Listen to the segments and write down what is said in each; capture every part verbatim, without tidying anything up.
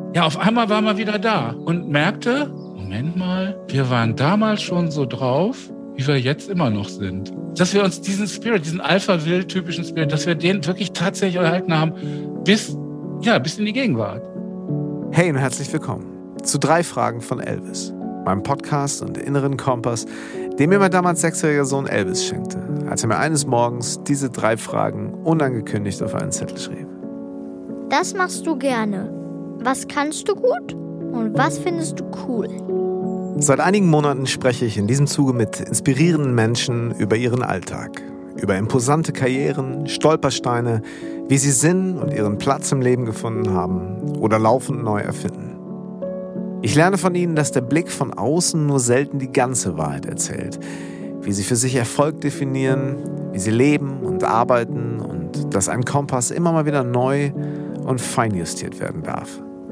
ja, auf einmal war man wieder da und merkte, Moment mal, wir waren damals schon so drauf, wie wir jetzt immer noch sind. Dass wir uns diesen Spirit, diesen Alpha-Will-typischen Spirit, dass wir den wirklich tatsächlich erhalten haben, bis, ja, bis in die Gegenwart. Hey und herzlich willkommen zu drei Fragen von Elvis, meinem Podcast und inneren Kompass, den mir mein damals sechsjähriger Sohn Elvis schenkte, als er mir eines Morgens diese drei Fragen unangekündigt auf einen Zettel schrieb. Das machst du gerne. Was kannst du gut und was findest du cool? Seit einigen Monaten spreche ich in diesem Zuge mit inspirierenden Menschen über ihren Alltag, über imposante Karrieren, Stolpersteine, wie sie Sinn und ihren Platz im Leben gefunden haben oder laufend neu erfinden. Ich lerne von ihnen, dass der Blick von außen nur selten die ganze Wahrheit erzählt, wie sie für sich Erfolg definieren, wie sie leben und arbeiten und dass ein Kompass immer mal wieder neu und feinjustiert werden darf.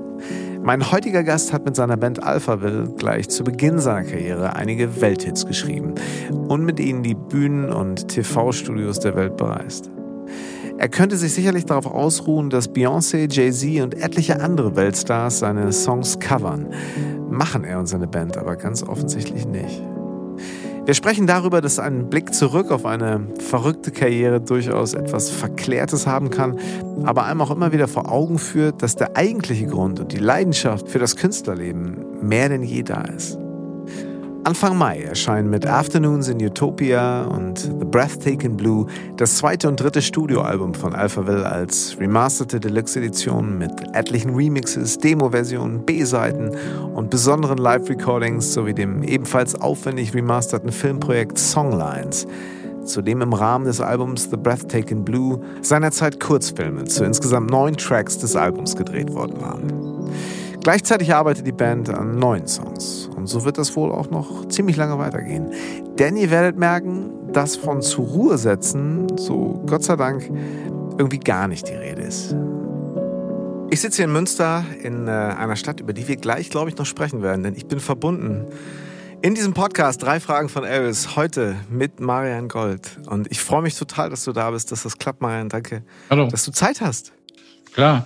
Mein heutiger Gast hat mit seiner Band Alphaville gleich zu Beginn seiner Karriere einige Welthits geschrieben und mit ihnen die Bühnen und T V-Studios der Welt bereist. Er könnte sich sicherlich darauf ausruhen, dass Beyoncé, Jay-Z und etliche andere Weltstars seine Songs covern. Machen er und seine Band aber ganz offensichtlich nicht. Wir sprechen darüber, dass ein Blick zurück auf eine verrückte Karriere durchaus etwas Verklärtes haben kann, aber einem auch immer wieder vor Augen führt, dass der eigentliche Grund und die Leidenschaft für das Künstlerleben mehr denn je da ist. Anfang Mai erscheinen mit Afternoons in Utopia und The Breathtaking Blue das zweite und dritte Studioalbum von Alphaville als remasterte Deluxe-Edition mit etlichen Remixes, Demo-Versionen, B-Seiten und besonderen Live-Recordings sowie dem ebenfalls aufwendig remasterten Filmprojekt Songlines, zu dem im Rahmen des Albums The Breathtaking Blue seinerzeit Kurzfilme zu insgesamt neun Tracks des Albums gedreht worden waren. Gleichzeitig arbeitet die Band an neuen Songs und so wird das wohl auch noch ziemlich lange weitergehen. Denn ihr werdet merken, dass von zur Ruhe setzen, so Gott sei Dank, irgendwie gar nicht die Rede ist. Ich sitze hier in Münster in äh, einer Stadt, über die wir gleich, glaube ich, noch sprechen werden, denn ich bin verbunden in diesem Podcast Drei Fragen von Elvis heute mit Marian Gold. Und ich freue mich total, dass du da bist, dass das klappt, Marian. Danke, Hallo. Dass du Zeit hast. Klar.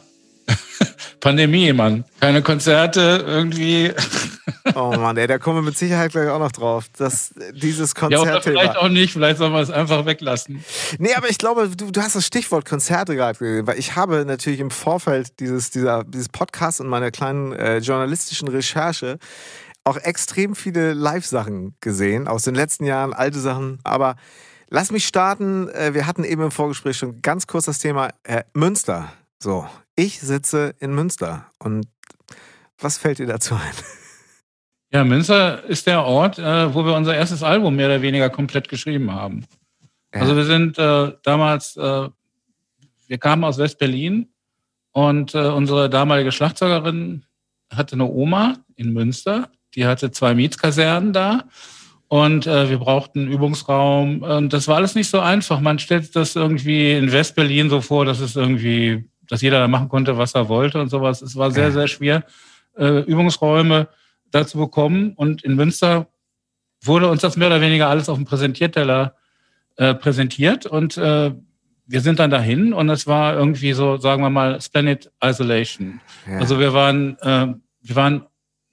Pandemie, Mann. Keine Konzerte, irgendwie. Oh Mann, ey, da kommen wir mit Sicherheit gleich auch noch drauf. Das, dieses Konzert. Ja, oder vielleicht auch nicht, vielleicht sollen wir es einfach weglassen. Nee, aber ich glaube, du, du hast das Stichwort Konzerte gerade gegeben, weil ich habe natürlich im Vorfeld dieses, dieser, dieses Podcasts und meiner kleinen äh, journalistischen Recherche auch extrem viele Live-Sachen gesehen, aus den letzten Jahren, alte Sachen, aber lass mich starten. Wir hatten eben im Vorgespräch schon ganz kurz das Thema äh, Münster. So, ich sitze in Münster und was fällt dir dazu ein? Ja, Münster ist der Ort, äh, wo wir unser erstes Album mehr oder weniger komplett geschrieben haben. Ja. Also wir sind äh, damals, äh, wir kamen aus West-Berlin und äh, unsere damalige Schlagzeugerin hatte eine Oma in Münster, die hatte zwei Mietskasernen da. Und äh, wir brauchten einen Übungsraum. Und das war alles nicht so einfach. Man stellt das irgendwie in West-Berlin so vor, dass es irgendwie, dass jeder da machen konnte, was er wollte und sowas. Es war sehr, sehr schwer, äh, Übungsräume da zu bekommen. Und in Münster wurde uns das mehr oder weniger alles auf dem Präsentierteller äh, präsentiert. Und äh, wir sind dann dahin und es war irgendwie so, sagen wir mal, Splendid Isolation. Ja. Also wir waren, äh, wir waren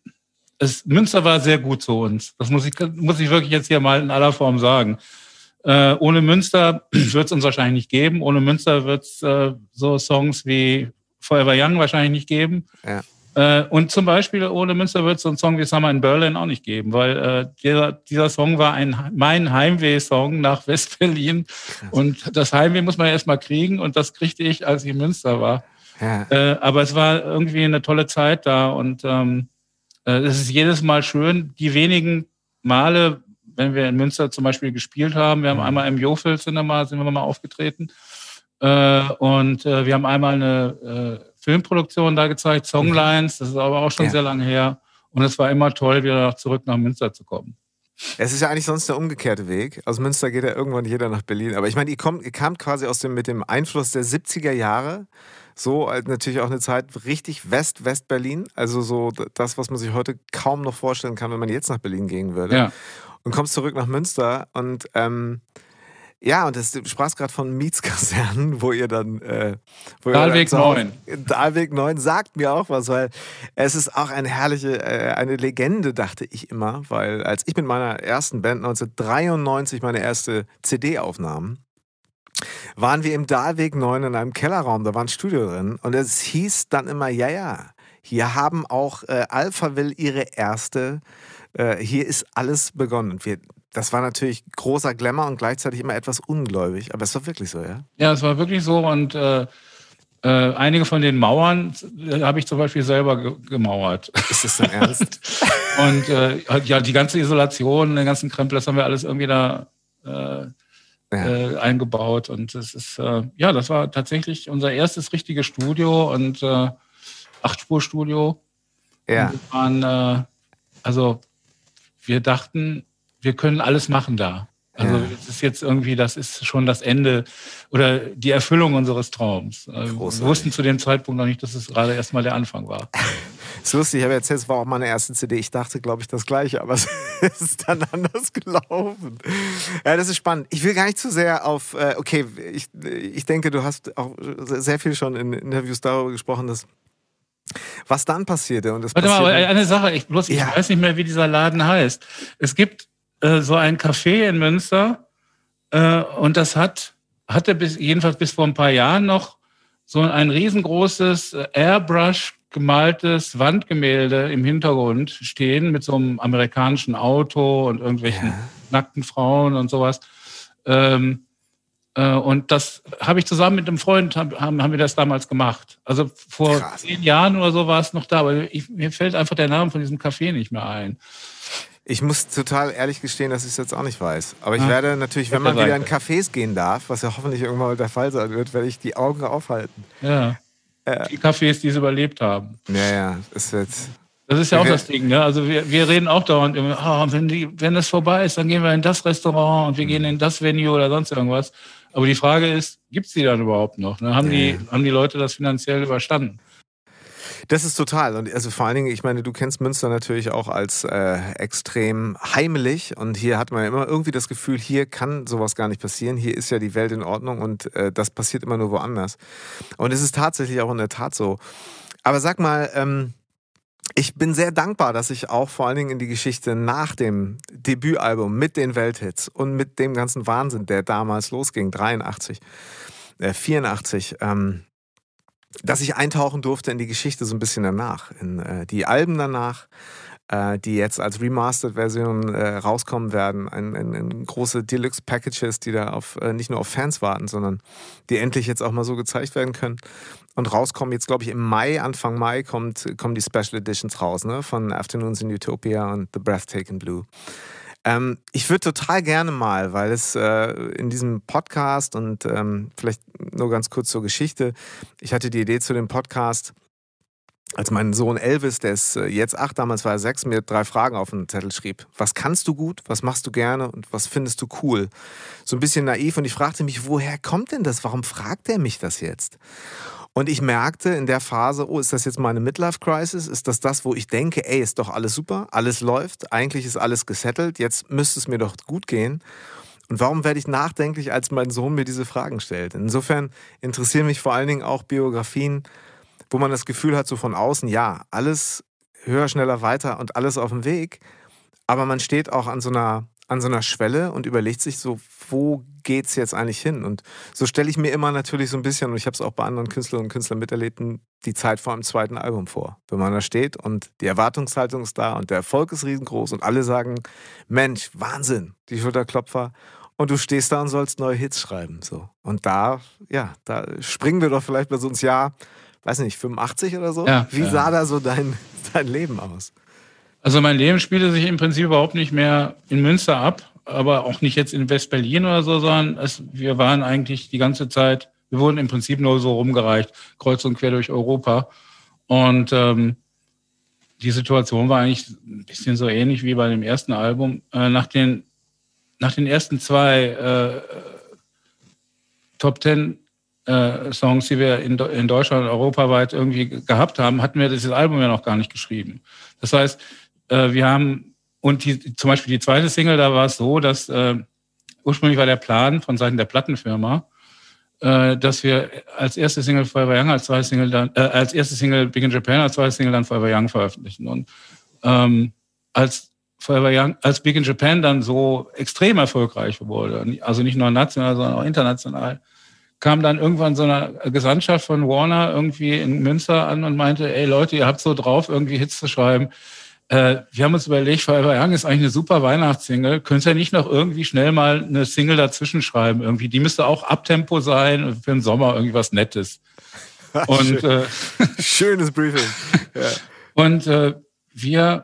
Es, Münster war sehr gut zu uns. Das muss ich, muss ich wirklich jetzt hier mal in aller Form sagen. Äh, ohne Münster wird es uns wahrscheinlich nicht geben. Ohne Münster wird es äh, so Songs wie Forever Young wahrscheinlich nicht geben. Ja. Äh, und zum Beispiel ohne Münster wird es so einen Song wie Summer in Berlin auch nicht geben, weil äh, dieser, dieser Song war ein, mein Heimweh-Song nach West-Berlin. Und das Heimweh muss man ja erst mal kriegen und das kriegte ich, als ich in Münster war. Ja. Äh, aber es war irgendwie eine tolle Zeit da und ähm, es ist jedes Mal schön, die wenigen Male, wenn wir in Münster zum Beispiel gespielt haben, wir haben einmal im Jofel Cinema, sind wir mal aufgetreten äh, und äh, wir haben einmal eine äh, Filmproduktion da gezeigt, Songlines, das ist aber auch schon ja. sehr lange her und es war immer toll, wieder zurück nach Münster zu kommen. Es ist ja eigentlich sonst der umgekehrte Weg. Aus Münster geht ja irgendwann jeder nach Berlin. Aber ich meine, ihr, kommt, ihr kamt quasi aus dem, mit dem Einfluss der siebziger Jahre. So halt natürlich auch eine Zeit richtig West-West-Berlin. Also so das, was man sich heute kaum noch vorstellen kann, wenn man jetzt nach Berlin gehen würde. Ja. Und kommst zurück nach Münster. Und ähm, Ja, und das, du sprachst gerade von Mietskasernen, wo ihr dann... Äh, wo Dahlweg neun. Dahlweg neun sagt mir auch was, weil es ist auch eine herrliche, äh, eine Legende, dachte ich immer, weil als ich mit meiner ersten Band neunzehnhundertdreiundneunzig meine erste C D aufnahm, waren wir im Dahlweg neun in einem Kellerraum, da war ein Studio drin und es hieß dann immer, ja, ja, hier haben auch äh, Alphaville ihre erste, äh, hier ist alles begonnen. Und wir... Das war natürlich großer Glamour und gleichzeitig immer etwas ungläubig. Aber es war wirklich so, ja? Ja, es war wirklich so. Und äh, äh, einige von den Mauern äh, habe ich zum Beispiel selber ge- gemauert. Ist das denn ernst? Und äh, ja, die ganze Isolation, den ganzen Krempel, das haben wir alles irgendwie da äh, ja. äh, eingebaut. Und das ist, äh, ja, das war tatsächlich unser erstes richtiges Studio und äh, Achtspurstudio. Ja. Und wir waren, äh, also wir dachten, wir können alles machen da. Also ja. Es ist jetzt irgendwie, das ist schon das Ende oder die Erfüllung unseres Traums. Großartig. Wir wussten zu dem Zeitpunkt noch nicht, dass es gerade erstmal der Anfang war. Das ist lustig, ich habe erzählt, es war auch meine erste C D. Ich dachte, glaube ich, das Gleiche, aber es ist dann anders gelaufen. Ja, das ist spannend. Ich will gar nicht zu sehr auf, äh, okay, ich, ich denke, du hast auch sehr viel schon in Interviews darüber gesprochen, dass was dann passierte. Und das Warte passierte, mal, eine Sache, ich, bloß, ja. ich weiß nicht mehr, wie dieser Laden heißt. Es gibt äh, so ein Café in Münster äh, und das hat, hatte bis, jedenfalls bis vor ein paar Jahren noch so ein riesengroßes äh, Airbrush gemaltes Wandgemälde im Hintergrund stehen mit so einem amerikanischen Auto und irgendwelchen ja. nackten Frauen und sowas. Ähm, äh, und das habe ich zusammen mit einem Freund, hab, haben, haben wir das damals gemacht. Also vor Krass. zehn Jahren oder so war es noch da, aber ich, mir fällt einfach der Name von diesem Café nicht mehr ein. Ich muss total ehrlich gestehen, dass ich es jetzt auch nicht weiß. Aber ich ah, werde natürlich, wenn man wieder in Cafés gehen darf, was ja hoffentlich irgendwann mal der Fall sein wird, werde ich die Augen aufhalten. Ja. Die Cafés, die es überlebt haben. Ja, ja, es wird. Das ist ja auch das Ding, ne? Also wir, wir reden auch dauernd immer, oh, wenn die, wenn das vorbei ist, dann gehen wir in das Restaurant und wir gehen in das Venue oder sonst irgendwas. Aber die Frage ist, gibt's die dann überhaupt noch? Ne? Haben ja. die, haben die Leute das finanziell überstanden? Das ist total. Und also vor allen Dingen, ich meine, du kennst Münster natürlich auch als äh, extrem heimelig. Und hier hat man ja immer irgendwie das Gefühl, hier kann sowas gar nicht passieren. Hier ist ja die Welt in Ordnung und äh, das passiert immer nur woanders. Und es ist tatsächlich auch in der Tat so. Aber sag mal, ähm, ich bin sehr dankbar, dass ich auch vor allen Dingen in die Geschichte nach dem Debütalbum mit den Welthits und mit dem ganzen Wahnsinn, der damals losging, dreiundachtzig, äh, vierundachtzig, ähm, dass ich eintauchen durfte in die Geschichte so ein bisschen danach, in äh, die Alben danach, äh, die jetzt als Remastered-Version äh, rauskommen werden, ein, ein, ein große Deluxe-Packages, die da auf, äh, nicht nur auf Fans warten, sondern die endlich jetzt auch mal so gezeigt werden können. Und rauskommen jetzt, glaube ich, im Mai, Anfang Mai, kommt, kommen die Special Editions raus, ne? Von Afternoons in Utopia und The Breathtaking Blue. Ähm, ich würde total gerne mal, weil es äh, in diesem Podcast und ähm, vielleicht nur ganz kurz zur Geschichte, ich hatte die Idee zu dem Podcast, als mein Sohn Elvis, der ist jetzt acht, damals war er sechs, mir drei Fragen auf den Zettel schrieb. Was kannst du gut, was machst du gerne und was findest du cool? So ein bisschen naiv und ich fragte mich, woher kommt denn das? Warum fragt er mich das jetzt? Und ich merkte in der Phase, oh, ist das jetzt meine Midlife-Crisis? Ist das das, wo ich denke, ey, ist doch alles super, alles läuft, eigentlich ist alles gesettelt, jetzt müsste es mir doch gut gehen. Und warum werde ich nachdenklich, als mein Sohn mir diese Fragen stellt? Insofern interessieren mich vor allen Dingen auch Biografien, wo man das Gefühl hat, so von außen, ja, alles höher, schneller, weiter und alles auf dem Weg. Aber man steht auch an so einer, an so einer Schwelle und überlegt sich so, wo geht's jetzt eigentlich hin? Und so stelle ich mir immer natürlich so ein bisschen, und ich habe es auch bei anderen Künstlerinnen und Künstlern miterlebt, die Zeit vor einem zweiten Album vor. Wenn man da steht und die Erwartungshaltung ist da und der Erfolg ist riesengroß und alle sagen, Mensch, Wahnsinn, die Schulterklopfer. Und du stehst da und sollst neue Hits schreiben. So. Und da, ja, da springen wir doch vielleicht bei so ins Jahr, weiß nicht, fünfundachtzig oder so? Ja, Wie ja. sah da so dein, dein Leben aus? Also mein Leben spielte sich im Prinzip überhaupt nicht mehr in Münster ab, aber auch nicht jetzt in West-Berlin oder so, sondern es, wir waren eigentlich die ganze Zeit, wir wurden im Prinzip nur so rumgereicht, kreuz und quer durch Europa. Und ähm, die Situation war eigentlich ein bisschen so ähnlich wie bei dem ersten Album. Äh, nach den, nach den ersten zwei äh, Top Ten äh, Songs, die wir in, in Deutschland und europaweit irgendwie gehabt haben, hatten wir dieses Album ja noch gar nicht geschrieben. Das heißt, äh, wir haben, und die, zum Beispiel die zweite Single, da war es so, dass äh, ursprünglich war der Plan von Seiten der Plattenfirma, äh, dass wir als erste Single Forever Young, als zweite Single dann, äh, als erste Single Big in Japan, als zweite Single dann Forever Young veröffentlichen. Und ähm, als Forever Young, als Big in Japan dann so extrem erfolgreich wurde, also nicht nur national, sondern auch international, kam dann irgendwann so eine Gesandtschaft von Warner irgendwie in Münster an und meinte, ey Leute, ihr habt so drauf, irgendwie Hits zu schreiben. Äh, wir haben uns überlegt, Forever Young ist eigentlich eine super Weihnachtssingle. Könnt ihr nicht noch irgendwie schnell mal eine Single dazwischen schreiben? Irgendwie, die müsste auch Abtempo sein, für den Sommer irgendwie was Nettes. Und, Schön. äh, Schönes Briefing. Ja. Und äh, wir...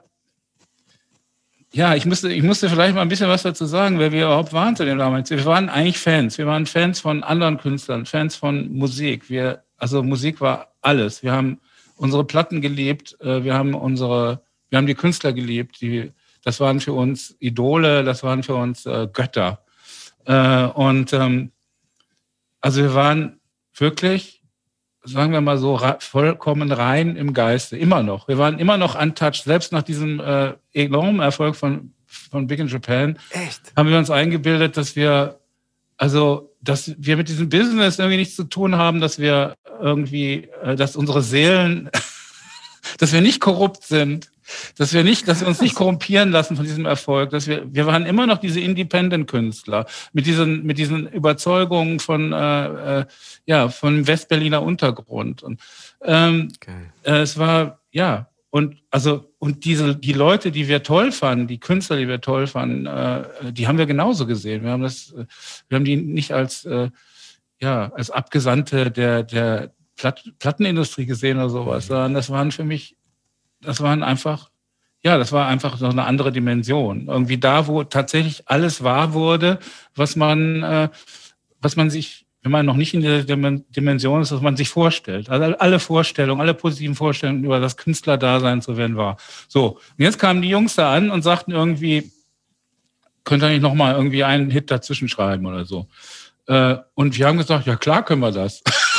Ja, ich musste, ich musste vielleicht mal ein bisschen was dazu sagen, wer wir überhaupt waren zu dem damals. Wir waren eigentlich Fans. Wir waren Fans von anderen Künstlern, Fans von Musik. Wir, also Musik war alles. Wir haben unsere Platten geliebt. Wir haben unsere, wir haben die Künstler geliebt. Die, das waren für uns Idole. Das waren für uns äh, Götter. Äh, und ähm, also wir waren wirklich, sagen wir mal so, ra- vollkommen rein im Geiste, immer noch. Wir waren immer noch untouched, selbst nach diesem äh, enormen Erfolg von, von Big in Japan. Echt? Haben wir uns eingebildet, dass wir, also, dass wir mit diesem Business irgendwie nichts zu tun haben, dass wir irgendwie, äh, dass unsere Seelen, dass wir nicht korrupt sind, dass wir nicht, dass wir uns nicht korrumpieren lassen von diesem Erfolg, dass wir, wir waren immer noch diese Independent-Künstler mit diesen, mit diesen Überzeugungen von, äh, äh, ja, von Westberliner Untergrund. Und ähm, okay. äh, es war, ja, und also und diese, die Leute, die wir toll fanden, die Künstler, die wir toll fanden, äh, die haben wir genauso gesehen. Wir haben das, wir haben die nicht als, äh, ja, als Abgesandte der der Platt, Plattenindustrie gesehen oder sowas, sondern das waren für mich Das waren einfach, ja, das war einfach so eine andere Dimension. Irgendwie da, wo tatsächlich alles wahr wurde, was man, äh, was man sich, wenn man noch nicht in der Dimension ist, was man sich vorstellt. Also alle Vorstellungen, alle positiven Vorstellungen über das Künstlerdasein zu werden wahr. So, und jetzt kamen die Jungs da an und sagten irgendwie, könnt ihr nicht nochmal irgendwie einen Hit dazwischen schreiben oder so. Äh, und wir haben gesagt, ja klar können wir das.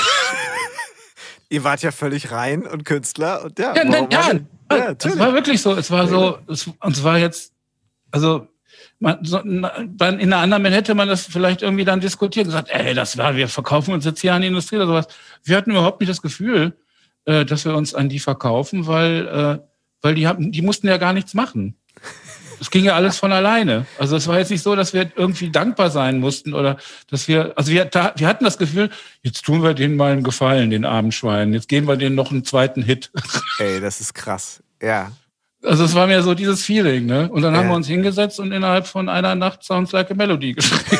Ihr wart ja völlig rein und Künstler und ja. Ja, nein, ja, ja es war wirklich so. Es war so, es, und es war jetzt, also man, so, in einer anderen Welt hätte man das vielleicht irgendwie dann diskutiert und gesagt, ey, das war, wir verkaufen uns jetzt hier an die Industrie oder sowas. Wir hatten überhaupt nicht das Gefühl, äh, dass wir uns an die verkaufen, weil, äh, weil die haben, die mussten ja gar nichts machen. Es ging ja alles von alleine. Also es war jetzt nicht so, dass wir irgendwie dankbar sein mussten oder dass wir, also wir, wir hatten das Gefühl, jetzt tun wir denen mal einen Gefallen, den armen Schweinen. Jetzt geben wir denen noch einen zweiten Hit. Ey, das ist krass. Ja. Also es war mir so dieses Feeling, ne? Und dann ja. haben wir uns hingesetzt und innerhalb von einer Nacht Sounds Like a Melody geschrieben.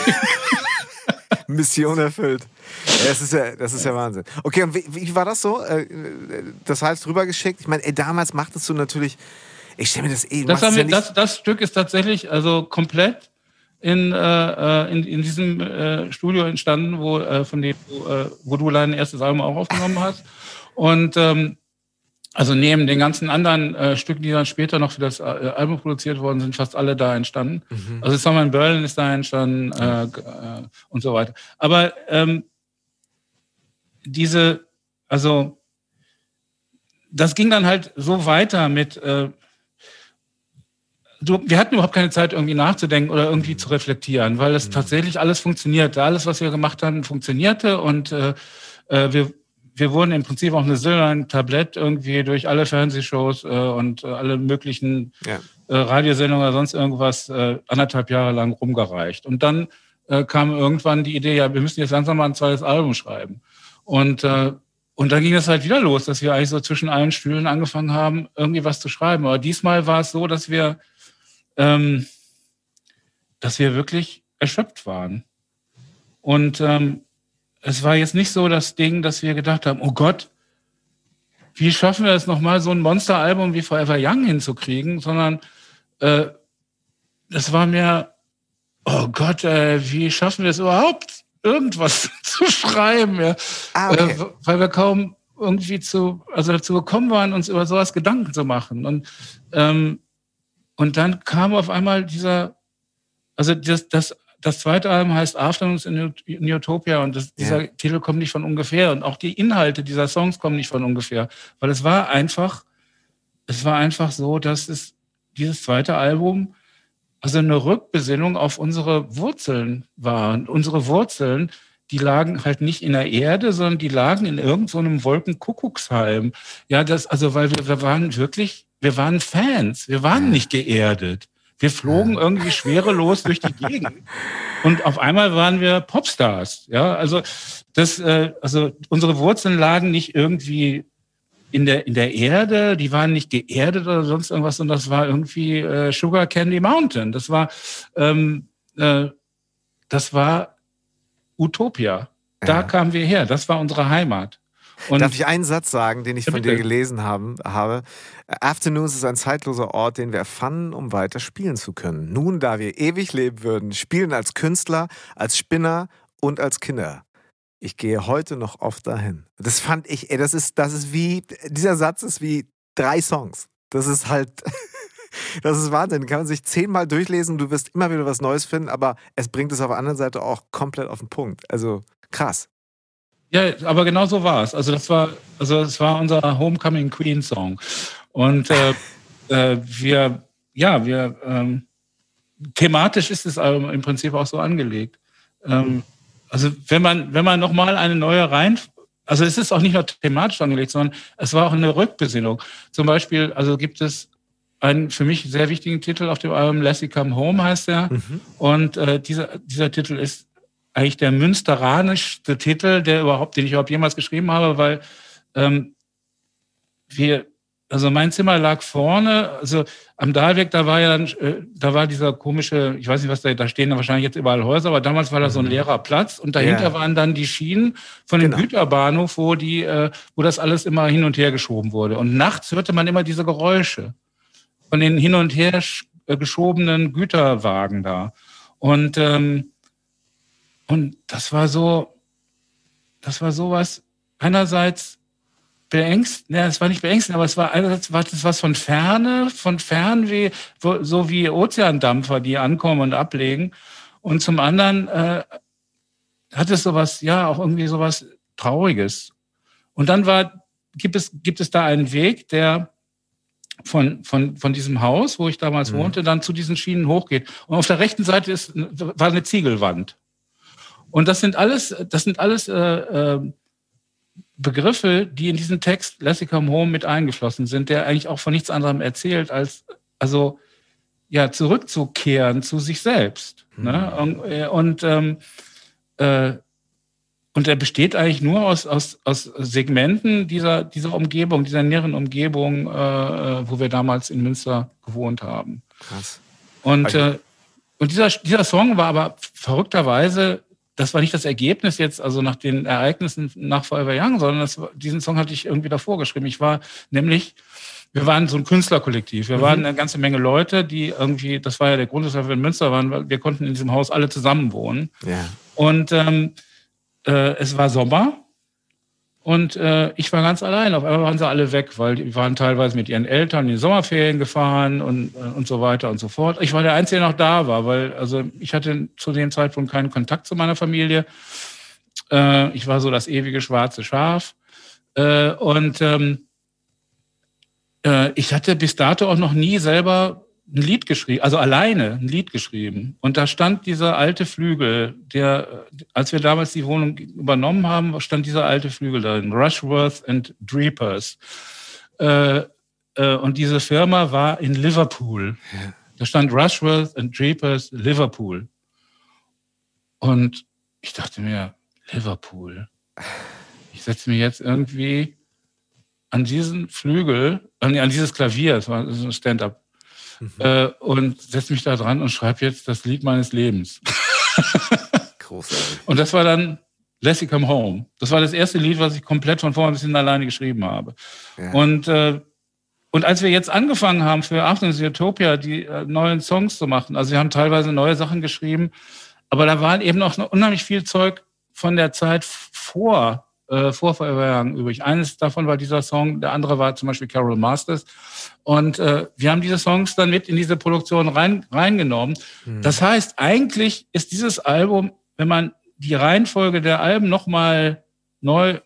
Mission erfüllt. Ja, das ist ja, das ist ja Wahnsinn. Okay, und wie, wie war das so? Das heißt rübergeschickt? Ich meine, ey, damals machtest du natürlich. Ich stelle mir das eh. Das, haben ja wir, das, das Stück ist tatsächlich also komplett in, äh, in, in diesem äh, Studio entstanden, wo, äh, von dem, wo, äh, wo du dein erstes Album auch aufgenommen hast. Und ähm, also neben den ganzen anderen äh, Stücken, die dann später noch für das äh, Album produziert worden sind, fast alle da entstanden. Mhm. Also Summer in Berlin ist da entstanden äh, äh, und so weiter. Aber ähm, diese, also das ging dann halt so weiter mit äh, Du, wir hatten überhaupt keine Zeit, irgendwie nachzudenken oder irgendwie mhm. zu reflektieren, weil das mhm. tatsächlich alles funktionierte. Alles, was wir gemacht haben, funktionierte und äh, wir, wir wurden im Prinzip auf eine silberne Tablett irgendwie durch alle Fernsehshows äh, und äh, alle möglichen ja. äh, Radiosendungen oder sonst irgendwas äh, anderthalb Jahre lang rumgereicht. Und dann äh, kam irgendwann die Idee, ja, wir müssen jetzt langsam mal ein zweites Album schreiben. Und äh, Und dann ging das halt wieder los, dass wir eigentlich so zwischen allen Stühlen angefangen haben, irgendwie was zu schreiben. Aber diesmal war es so, dass wir Ähm, dass wir wirklich erschöpft waren. Und ähm, es war jetzt nicht so das Ding, dass wir gedacht haben, oh Gott, wie schaffen wir es nochmal, so ein Monsteralbum wie Forever Young hinzukriegen, sondern äh, es war mir, oh Gott, äh, wie schaffen wir es überhaupt, irgendwas zu schreiben? Ja? Ah, okay. äh, weil wir kaum irgendwie zu, also dazu gekommen waren, uns über sowas Gedanken zu machen. Und ähm, Und dann kam auf einmal dieser, also das, das, das zweite Album heißt Afternoons in, in Utopia und das, dieser ja. Titel kommt nicht von ungefähr und auch die Inhalte dieser Songs kommen nicht von ungefähr, weil es war einfach, es war einfach so, dass es dieses zweite Album also eine Rückbesinnung auf unsere Wurzeln war. Und unsere Wurzeln, die lagen halt nicht in der Erde, sondern die lagen in irgendeinem so Wolkenkuckucksheim. Ja, das, also, weil wir, wir waren wirklich, wir waren Fans, wir waren nicht geerdet. Wir flogen irgendwie schwerelos durch die Gegend. Und auf einmal waren wir Popstars. Ja, also, das, äh, also, unsere Wurzeln lagen nicht irgendwie in der, in der Erde, die waren nicht geerdet oder sonst irgendwas, sondern das war irgendwie äh, Sugar Candy Mountain. Das war, ähm, äh, das war Utopia. Da Ja. kamen wir her. Das war unsere Heimat. Und Darf ich einen Satz sagen, den ich Ja, von bitte. dir gelesen haben, habe? Afternoons ist ein zeitloser Ort, den wir erfanden, um weiter spielen zu können. Nun, da wir ewig leben würden, spielen als Künstler, als Spinner und als Kinder. Ich gehe heute noch oft dahin. Das fand ich, ey, das ist, das ist wie, dieser Satz ist wie drei Songs. Das ist halt, das ist Wahnsinn. Den kann man sich zehnmal durchlesen, du wirst immer wieder was Neues finden, aber es bringt es auf der anderen Seite auch komplett auf den Punkt. Also krass. Ja, aber genau so war es. Also das war, also es war unser Homecoming Queen Song. Und äh, äh, wir, ja, wir ähm, thematisch ist es also im Prinzip auch so angelegt. Ähm, also wenn man, wenn man nochmal eine neue Reihen, also es ist auch nicht nur thematisch angelegt, sondern es war auch eine Rückbesinnung. Zum Beispiel, also gibt es einen für mich sehr wichtigen Titel auf dem Album, Lassie Come Home heißt der. Mhm. Und äh, dieser, dieser Titel ist eigentlich der münsteranischste Titel, der überhaupt, den ich überhaupt jemals geschrieben habe, weil ähm, wir, also mein Zimmer lag vorne, also am Dahlweg, da war ja dann, äh, da war dieser komische, ich weiß nicht, was da, da stehen da wahrscheinlich jetzt überall Häuser, aber damals war da so ein leerer Platz und dahinter Ja. waren dann die Schienen von dem Genau. Güterbahnhof, wo die, äh, wo das alles immer hin und her geschoben wurde. Und nachts hörte man immer diese Geräusche von den hin und her sch- äh, geschobenen Güterwagen da. Und ähm, Und das war so, das war sowas, einerseits beängstend, ne, es war nicht beängstend, aber es war einerseits war das was von Ferne, von Fernweh, wo, so wie Ozeandampfer, die ankommen und ablegen. Und zum anderen äh, hat es sowas, ja, auch irgendwie sowas Trauriges. Und dann war, gibt es, gibt es da einen Weg, der von, von, von diesem Haus, wo ich damals Mhm. wohnte, dann zu diesen Schienen hochgeht. Und auf der rechten Seite ist, war eine Ziegelwand. Und das sind alles, das sind alles äh, äh, Begriffe, die in diesen Text Lassie Come Home mit eingeflossen sind, der eigentlich auch von nichts anderem erzählt, als also ja zurückzukehren zu sich selbst. Mhm. Ne? Und, äh, und, ähm, äh, und er besteht eigentlich nur aus, aus, aus Segmenten dieser, dieser Umgebung, dieser näheren Umgebung, äh, wo wir damals in Münster gewohnt haben. Krass. Und, Also- äh, und dieser, dieser Song war aber verrückterweise, das war nicht das Ergebnis jetzt, also nach den Ereignissen nach Forever Young, sondern das, war- diesen Song hatte ich irgendwie davor geschrieben. Ich war nämlich, wir waren so ein Künstlerkollektiv. Wir Mhm. waren eine ganze Menge Leute, die irgendwie, das war ja der Grund, weshalb wir in Münster waren, weil wir konnten in diesem Haus alle zusammen wohnen. Ja. Und ähm, äh, es war Sommer und äh, ich war ganz allein. Auf einmal waren sie alle weg, weil die waren teilweise mit ihren Eltern in die Sommerferien gefahren und, äh, und so weiter und so fort. Ich war der Einzige, der noch da war, weil also ich hatte zu dem Zeitpunkt keinen Kontakt zu meiner Familie. Äh, ich war so das ewige schwarze Schaf. Äh, und ähm, äh, ich hatte bis dato auch noch nie selber ein Lied geschrieben, also alleine ein Lied geschrieben. Und da stand dieser alte Flügel, der, als wir damals die Wohnung übernommen haben, stand dieser alte Flügel darin, Rushworth and Dreepers. Äh, äh, und diese Firma war in Liverpool. Ja. Da stand Rushworth and Dreepers Liverpool. Und ich dachte mir, Liverpool. Ich setze mir jetzt irgendwie an diesen Flügel, an, an dieses Klavier, das war so ein Stand-up, Mhm. äh, und setze mich da dran und schreibe jetzt das Lied meines Lebens. Großartig. Und das war dann Lassie Come Home. Das war das erste Lied, was ich komplett von vorne bis hinten alleine geschrieben habe. Ja. Und, äh, und als wir jetzt angefangen haben, für Afternoons Utopia die äh, neuen Songs zu machen, also wir haben teilweise neue Sachen geschrieben, aber da waren eben noch unheimlich viel Zeug von der Zeit vor, äh, vor Forever Young übrig. Eines davon war dieser Song, der andere war zum Beispiel Carol Masters. Und äh, wir haben diese Songs dann mit in diese Produktion rein, reingenommen. Mhm. Das heißt, eigentlich ist dieses Album, wenn man die Reihenfolge der Alben nochmal neu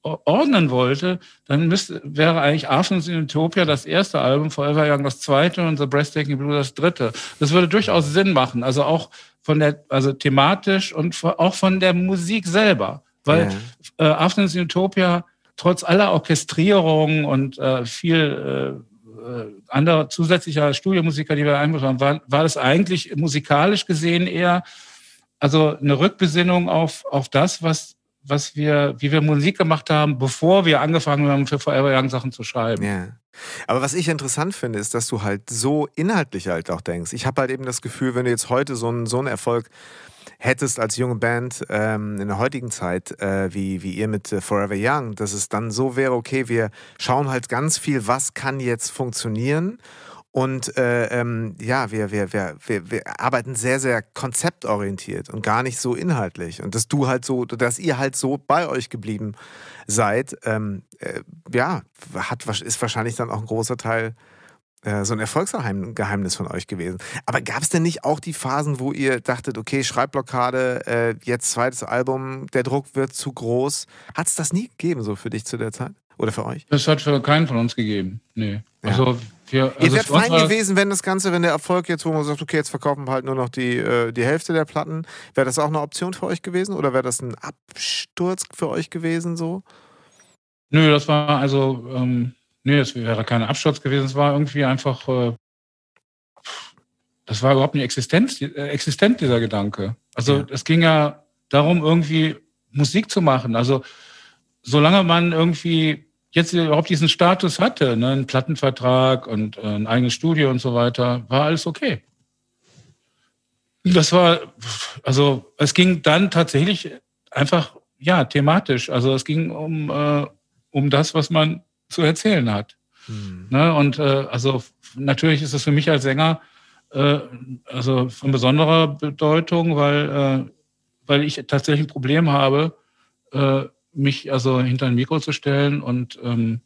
ordnen wollte, dann müsste, wäre eigentlich Afternoons in Utopia das erste Album, Forever Young das zweite und The Breathtaking Blue das dritte. Das würde durchaus Sinn machen, also auch von der, also thematisch und auch von der Musik selber, weil ja. äh, Afternoons in Utopia trotz aller Orchestrierung und äh, viel äh, anderer zusätzlicher Studiomusiker, die wir eingebaut haben, war, war das eigentlich musikalisch gesehen eher also eine Rückbesinnung auf, auf das, was was wir, wie wir Musik gemacht haben, bevor wir angefangen haben, für Forever Young Sachen zu schreiben. Ja. Aber was ich interessant finde, ist, dass du halt so inhaltlich halt auch denkst. Ich habe halt eben das Gefühl, wenn du jetzt heute so einen, so einen Erfolg hättest als junge Band ähm, in der heutigen Zeit, äh, wie, wie ihr mit äh, Forever Young, dass es dann so wäre, okay, wir schauen halt ganz viel, was kann jetzt funktionieren. Und äh, ähm, ja, wir, wir, wir, wir, wir arbeiten sehr, sehr konzeptorientiert und gar nicht so inhaltlich. Und dass du halt so, dass ihr halt so bei euch geblieben seid, ähm, äh, ja, hat, ist wahrscheinlich dann auch ein großer Teil äh, so ein Erfolgsgeheimnis von euch gewesen. Aber gab es denn nicht auch die Phasen, wo ihr dachtet, okay, Schreibblockade, äh, jetzt zweites Album, der Druck wird zu groß? Hat es das nie gegeben, so für dich zu der Zeit? Oder für euch? Das hat für keinen von uns gegeben, nee. Ja. Also wir, also ihr wärt fein gewesen, wenn das Ganze, wenn der Erfolg jetzt, wo man sagt, okay, jetzt verkaufen wir halt nur noch die, äh, die Hälfte der Platten, wäre das auch eine Option für euch gewesen? Oder wäre das ein Absturz für euch gewesen so? Nö, das war also, ähm, nee, das wäre kein Absturz gewesen, es war irgendwie einfach, äh, das war überhaupt nicht Existenz, äh, existent, dieser Gedanke. Also ja. Es ging ja darum, irgendwie Musik zu machen, also solange man irgendwie jetzt überhaupt diesen Status hatte, ne, einen Plattenvertrag und äh, ein eigenes Studio und so weiter, war alles okay. Das war, also es ging dann tatsächlich einfach, ja, thematisch. Also es ging um, äh, um das, was man zu erzählen hat. Mhm. Ne, und äh, also natürlich ist es für mich als Sänger äh, also von besonderer Bedeutung, weil, äh, weil ich tatsächlich ein Problem habe, äh, mich also hinter ein Mikro zu stellen und ähm,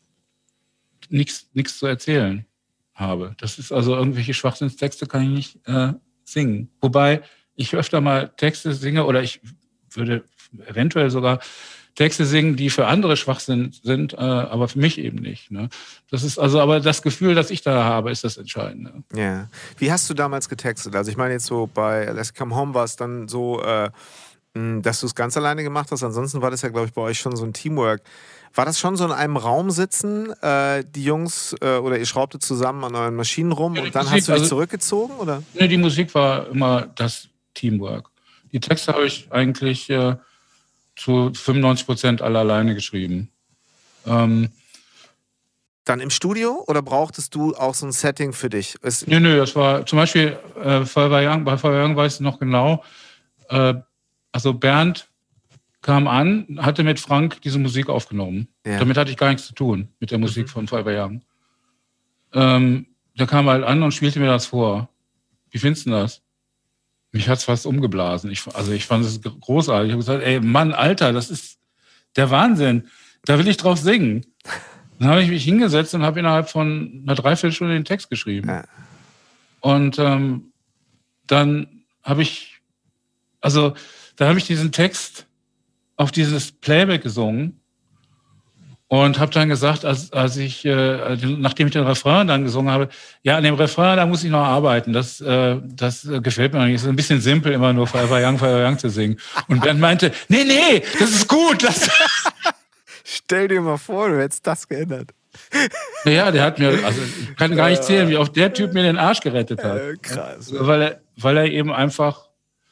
nichts nichts zu erzählen habe. Das ist also irgendwelche Schwachsinnstexte kann ich nicht äh, singen. Wobei ich öfter mal Texte singe oder ich würde eventuell sogar Texte singen, die für andere Schwachsinn sind, äh, aber für mich eben nicht. Ne? Das ist also, aber das Gefühl, das ich da habe, ist das Entscheidende. Ja. Wie hast du damals getextet? Also ich meine jetzt so bei Let's Come Home war es dann so, äh, dass du es ganz alleine gemacht hast. Ansonsten war das ja, glaube ich, bei euch schon so ein Teamwork. War das schon so in einem Raum sitzen, äh, die Jungs, äh, oder ihr schraubtet zusammen an euren Maschinen rum ja, und dann Musik, hast du dich also, zurückgezogen? Oder? Nee, die Musik war immer das Teamwork. Die Texte habe ich eigentlich äh, zu fünfundneunzig Prozent alle alleine geschrieben. Ähm, Dann im Studio oder brauchtest du auch so ein Setting für dich? Es nö, nö, das war zum Beispiel äh, Forever Young, bei Forever Young weiß ich noch genau, äh, also Bernd kam an, hatte mit Frank diese Musik aufgenommen. Ja. Damit hatte ich gar nichts zu tun, mit der Musik mhm. von Forever Young. Ähm, der kam halt an und spielte mir das vor. Wie findest du das? Mich hat's fast umgeblasen. Ich, also ich fand es großartig. Ich habe gesagt, ey Mann, Alter, das ist der Wahnsinn. Da will ich drauf singen. Dann habe ich mich hingesetzt und habe innerhalb von einer Dreiviertelstunde den Text geschrieben. Ja. Und ähm, dann habe ich, also da habe ich diesen Text auf dieses Playback gesungen und habe dann gesagt, als, als ich, äh, nachdem ich den Refrain dann gesungen habe, ja, an dem Refrain, da muss ich noch arbeiten. Das, äh, das äh, gefällt mir noch nicht. Es ist ein bisschen simpel, immer nur Forever Young, Forever Young zu singen. Und Bernd meinte, nee, nee, das ist gut. Das Stell dir mal vor, du hättest das geändert. Ja, der hat mir, also ich kann gar nicht zählen, wie oft der Typ mir den Arsch gerettet hat. Äh, krass. Weil er, weil er eben einfach,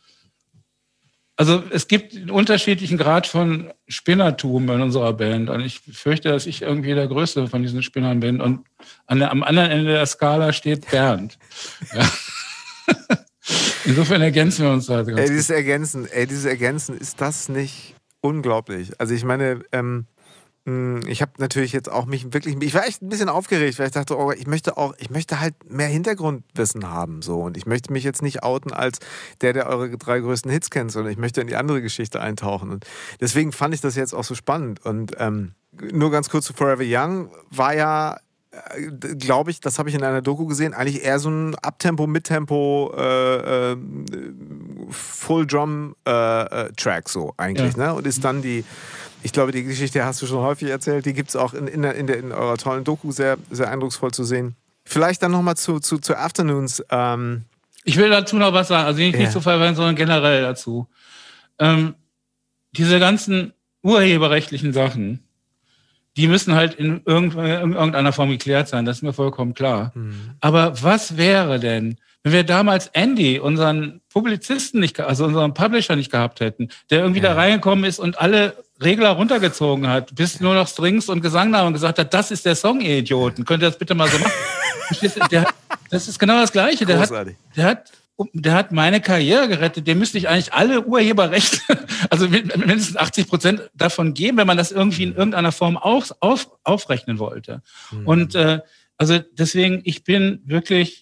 also es gibt einen unterschiedlichen Grad von Spinnertum in unserer Band. Und ich fürchte, dass ich irgendwie der Größte von diesen Spinnern bin. Und an der, am anderen Ende der Skala steht Bernd. Ja. Insofern ergänzen wir uns da. Ganz ey, dieses Ergänzen, ey, dieses Ergänzen, ist das nicht unglaublich? Also ich meine, ähm, ich habe natürlich jetzt auch mich wirklich, ich war echt ein bisschen aufgeregt, weil ich dachte, oh, ich möchte auch, ich möchte halt mehr Hintergrundwissen haben, so, und ich möchte mich jetzt nicht outen als der, der eure drei größten Hits kennt, sondern ich möchte in die andere Geschichte eintauchen, und deswegen fand ich das jetzt auch so spannend. Und ähm, nur ganz kurz zu Forever Young, war ja, äh, glaube ich, das habe ich in einer Doku gesehen, eigentlich eher so ein Abtempo, Mittempo, äh, äh, Full Drum äh, äh, Track so eigentlich, ja. Ne? Und ist dann die ich glaube, die Geschichte hast du schon häufig erzählt. Die gibt es auch in, in, der, in, der, in eurer tollen Doku sehr, sehr eindrucksvoll zu sehen. Vielleicht dann nochmal zu, zu, zu Afternoons. Ähm ich will dazu noch was sagen, also nicht, yeah. nicht zu verwenden, sondern generell dazu. Ähm, diese ganzen urheberrechtlichen Sachen, die müssen halt in, irgend, in irgendeiner Form geklärt sein, das ist mir vollkommen klar. Mhm. Aber was wäre denn, wenn wir damals Andy, unseren Publizisten nicht, also unseren Publisher nicht gehabt hätten, der irgendwie ja. da reingekommen ist und alle Regler runtergezogen hat, bis nur noch Strings und Gesang da und gesagt hat, das ist der Song, ihr Idioten, könnt ihr das bitte mal so machen? der, das ist genau das Gleiche. Der hat, der hat Der hat meine Karriere gerettet. Dem müsste ich eigentlich alle Urheberrechte, also mindestens achtzig Prozent davon geben, wenn man das irgendwie in irgendeiner Form auf, auf, aufrechnen wollte. Mhm. Und äh, also deswegen, ich bin wirklich,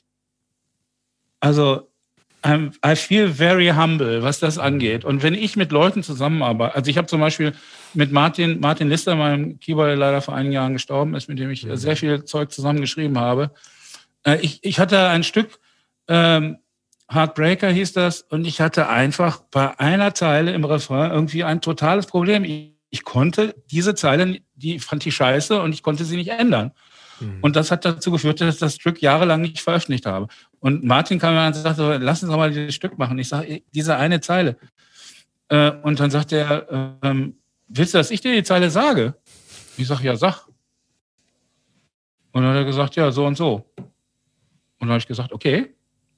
also I'm, I feel very humble, was das angeht. Und wenn ich mit Leuten zusammenarbeite, also ich habe zum Beispiel mit Martin, Martin Lister, meinem Keyboarder, der leider vor einigen Jahren gestorben ist, mit dem ich mhm. sehr viel Zeug zusammengeschrieben habe. Äh, ich, ich hatte ein Stück, ähm, Heartbreaker hieß das, und ich hatte einfach bei einer Zeile im Refrain irgendwie ein totales Problem. Ich, ich konnte diese Zeile, die fand ich scheiße und ich konnte sie nicht ändern. Mhm. Und das hat dazu geführt, dass ich das Stück jahrelang nicht veröffentlicht habe. Und Martin kam mir und sagte, lass uns doch mal dieses Stück machen. Ich sage, diese eine Zeile. Äh, und dann sagt er, äh, willst du, dass ich dir die Zeile sage? Ich sage, ja, sag. Und dann hat er gesagt, ja, so und so. Und dann habe ich gesagt, okay.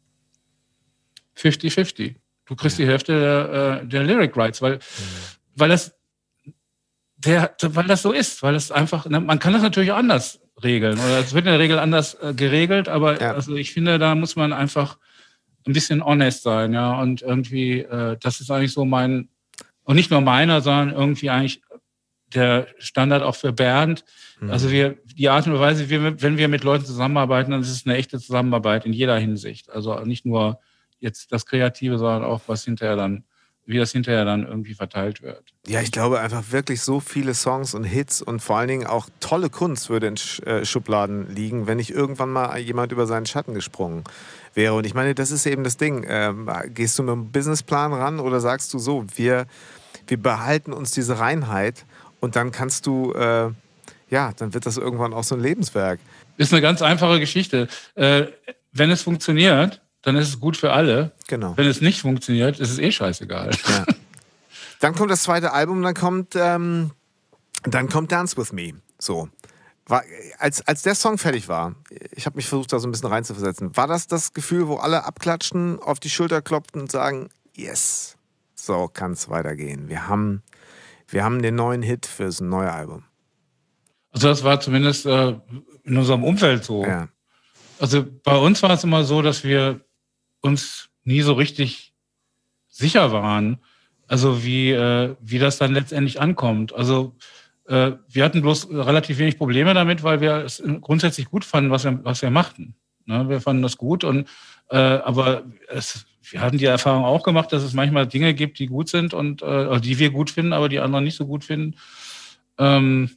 fünfzig fünfzig. Du kriegst ja. die Hälfte der, der Lyric Rights, weil, mhm. weil, das, der, weil das so ist. Weil das einfach, man kann das natürlich auch anders regeln. Oder es wird in der Regel anders äh, geregelt, aber ja. also ich finde, da muss man einfach ein bisschen honest sein. Ja? Und irgendwie, äh, das ist eigentlich so mein, und nicht nur meiner, sondern irgendwie eigentlich der Standard auch für Bernd. Mhm. Also wir, die Art und Weise, wie, wenn wir mit Leuten zusammenarbeiten, dann ist es eine echte Zusammenarbeit in jeder Hinsicht. Also nicht nur jetzt das Kreative, sondern auch, was hinterher dann, wie das hinterher dann irgendwie verteilt wird. Ja, ich glaube einfach wirklich so viele Songs und Hits und vor allen Dingen auch tolle Kunst würde in Schubladen liegen, wenn nicht irgendwann mal jemand über seinen Schatten gesprungen wäre. Und ich meine, das ist eben das Ding. Ähm, gehst du mit einem Businessplan ran oder sagst du so, wir, wir behalten uns diese Reinheit und dann kannst du, äh, ja, dann wird das irgendwann auch so ein Lebenswerk. Ist eine ganz einfache Geschichte. Äh, wenn es funktioniert, dann ist es gut für alle. Genau. Wenn es nicht funktioniert, ist es eh scheißegal. Ja. Dann kommt das zweite Album, dann kommt, ähm, dann kommt Dance With Me. So. War, als, als der Song fertig war, ich habe mich versucht, da so ein bisschen reinzuversetzen, war das das Gefühl, wo alle abklatschen, auf die Schulter klopften und sagen, yes, so kann es weitergehen. Wir haben, wir haben den neuen Hit fürs neue Album. Also das war zumindest äh, in unserem Umfeld so. Ja. Also bei uns war es immer so, dass wir uns nie so richtig sicher waren, also wie, äh, wie das dann letztendlich ankommt. Also äh, wir hatten bloß relativ wenig Probleme damit, weil wir es grundsätzlich gut fanden, was wir, was wir machten. Ne? Wir fanden das gut, und äh, aber es, wir hatten die Erfahrung auch gemacht, dass es manchmal Dinge gibt, die gut sind und äh, die wir gut finden, aber die anderen nicht so gut finden. Ähm,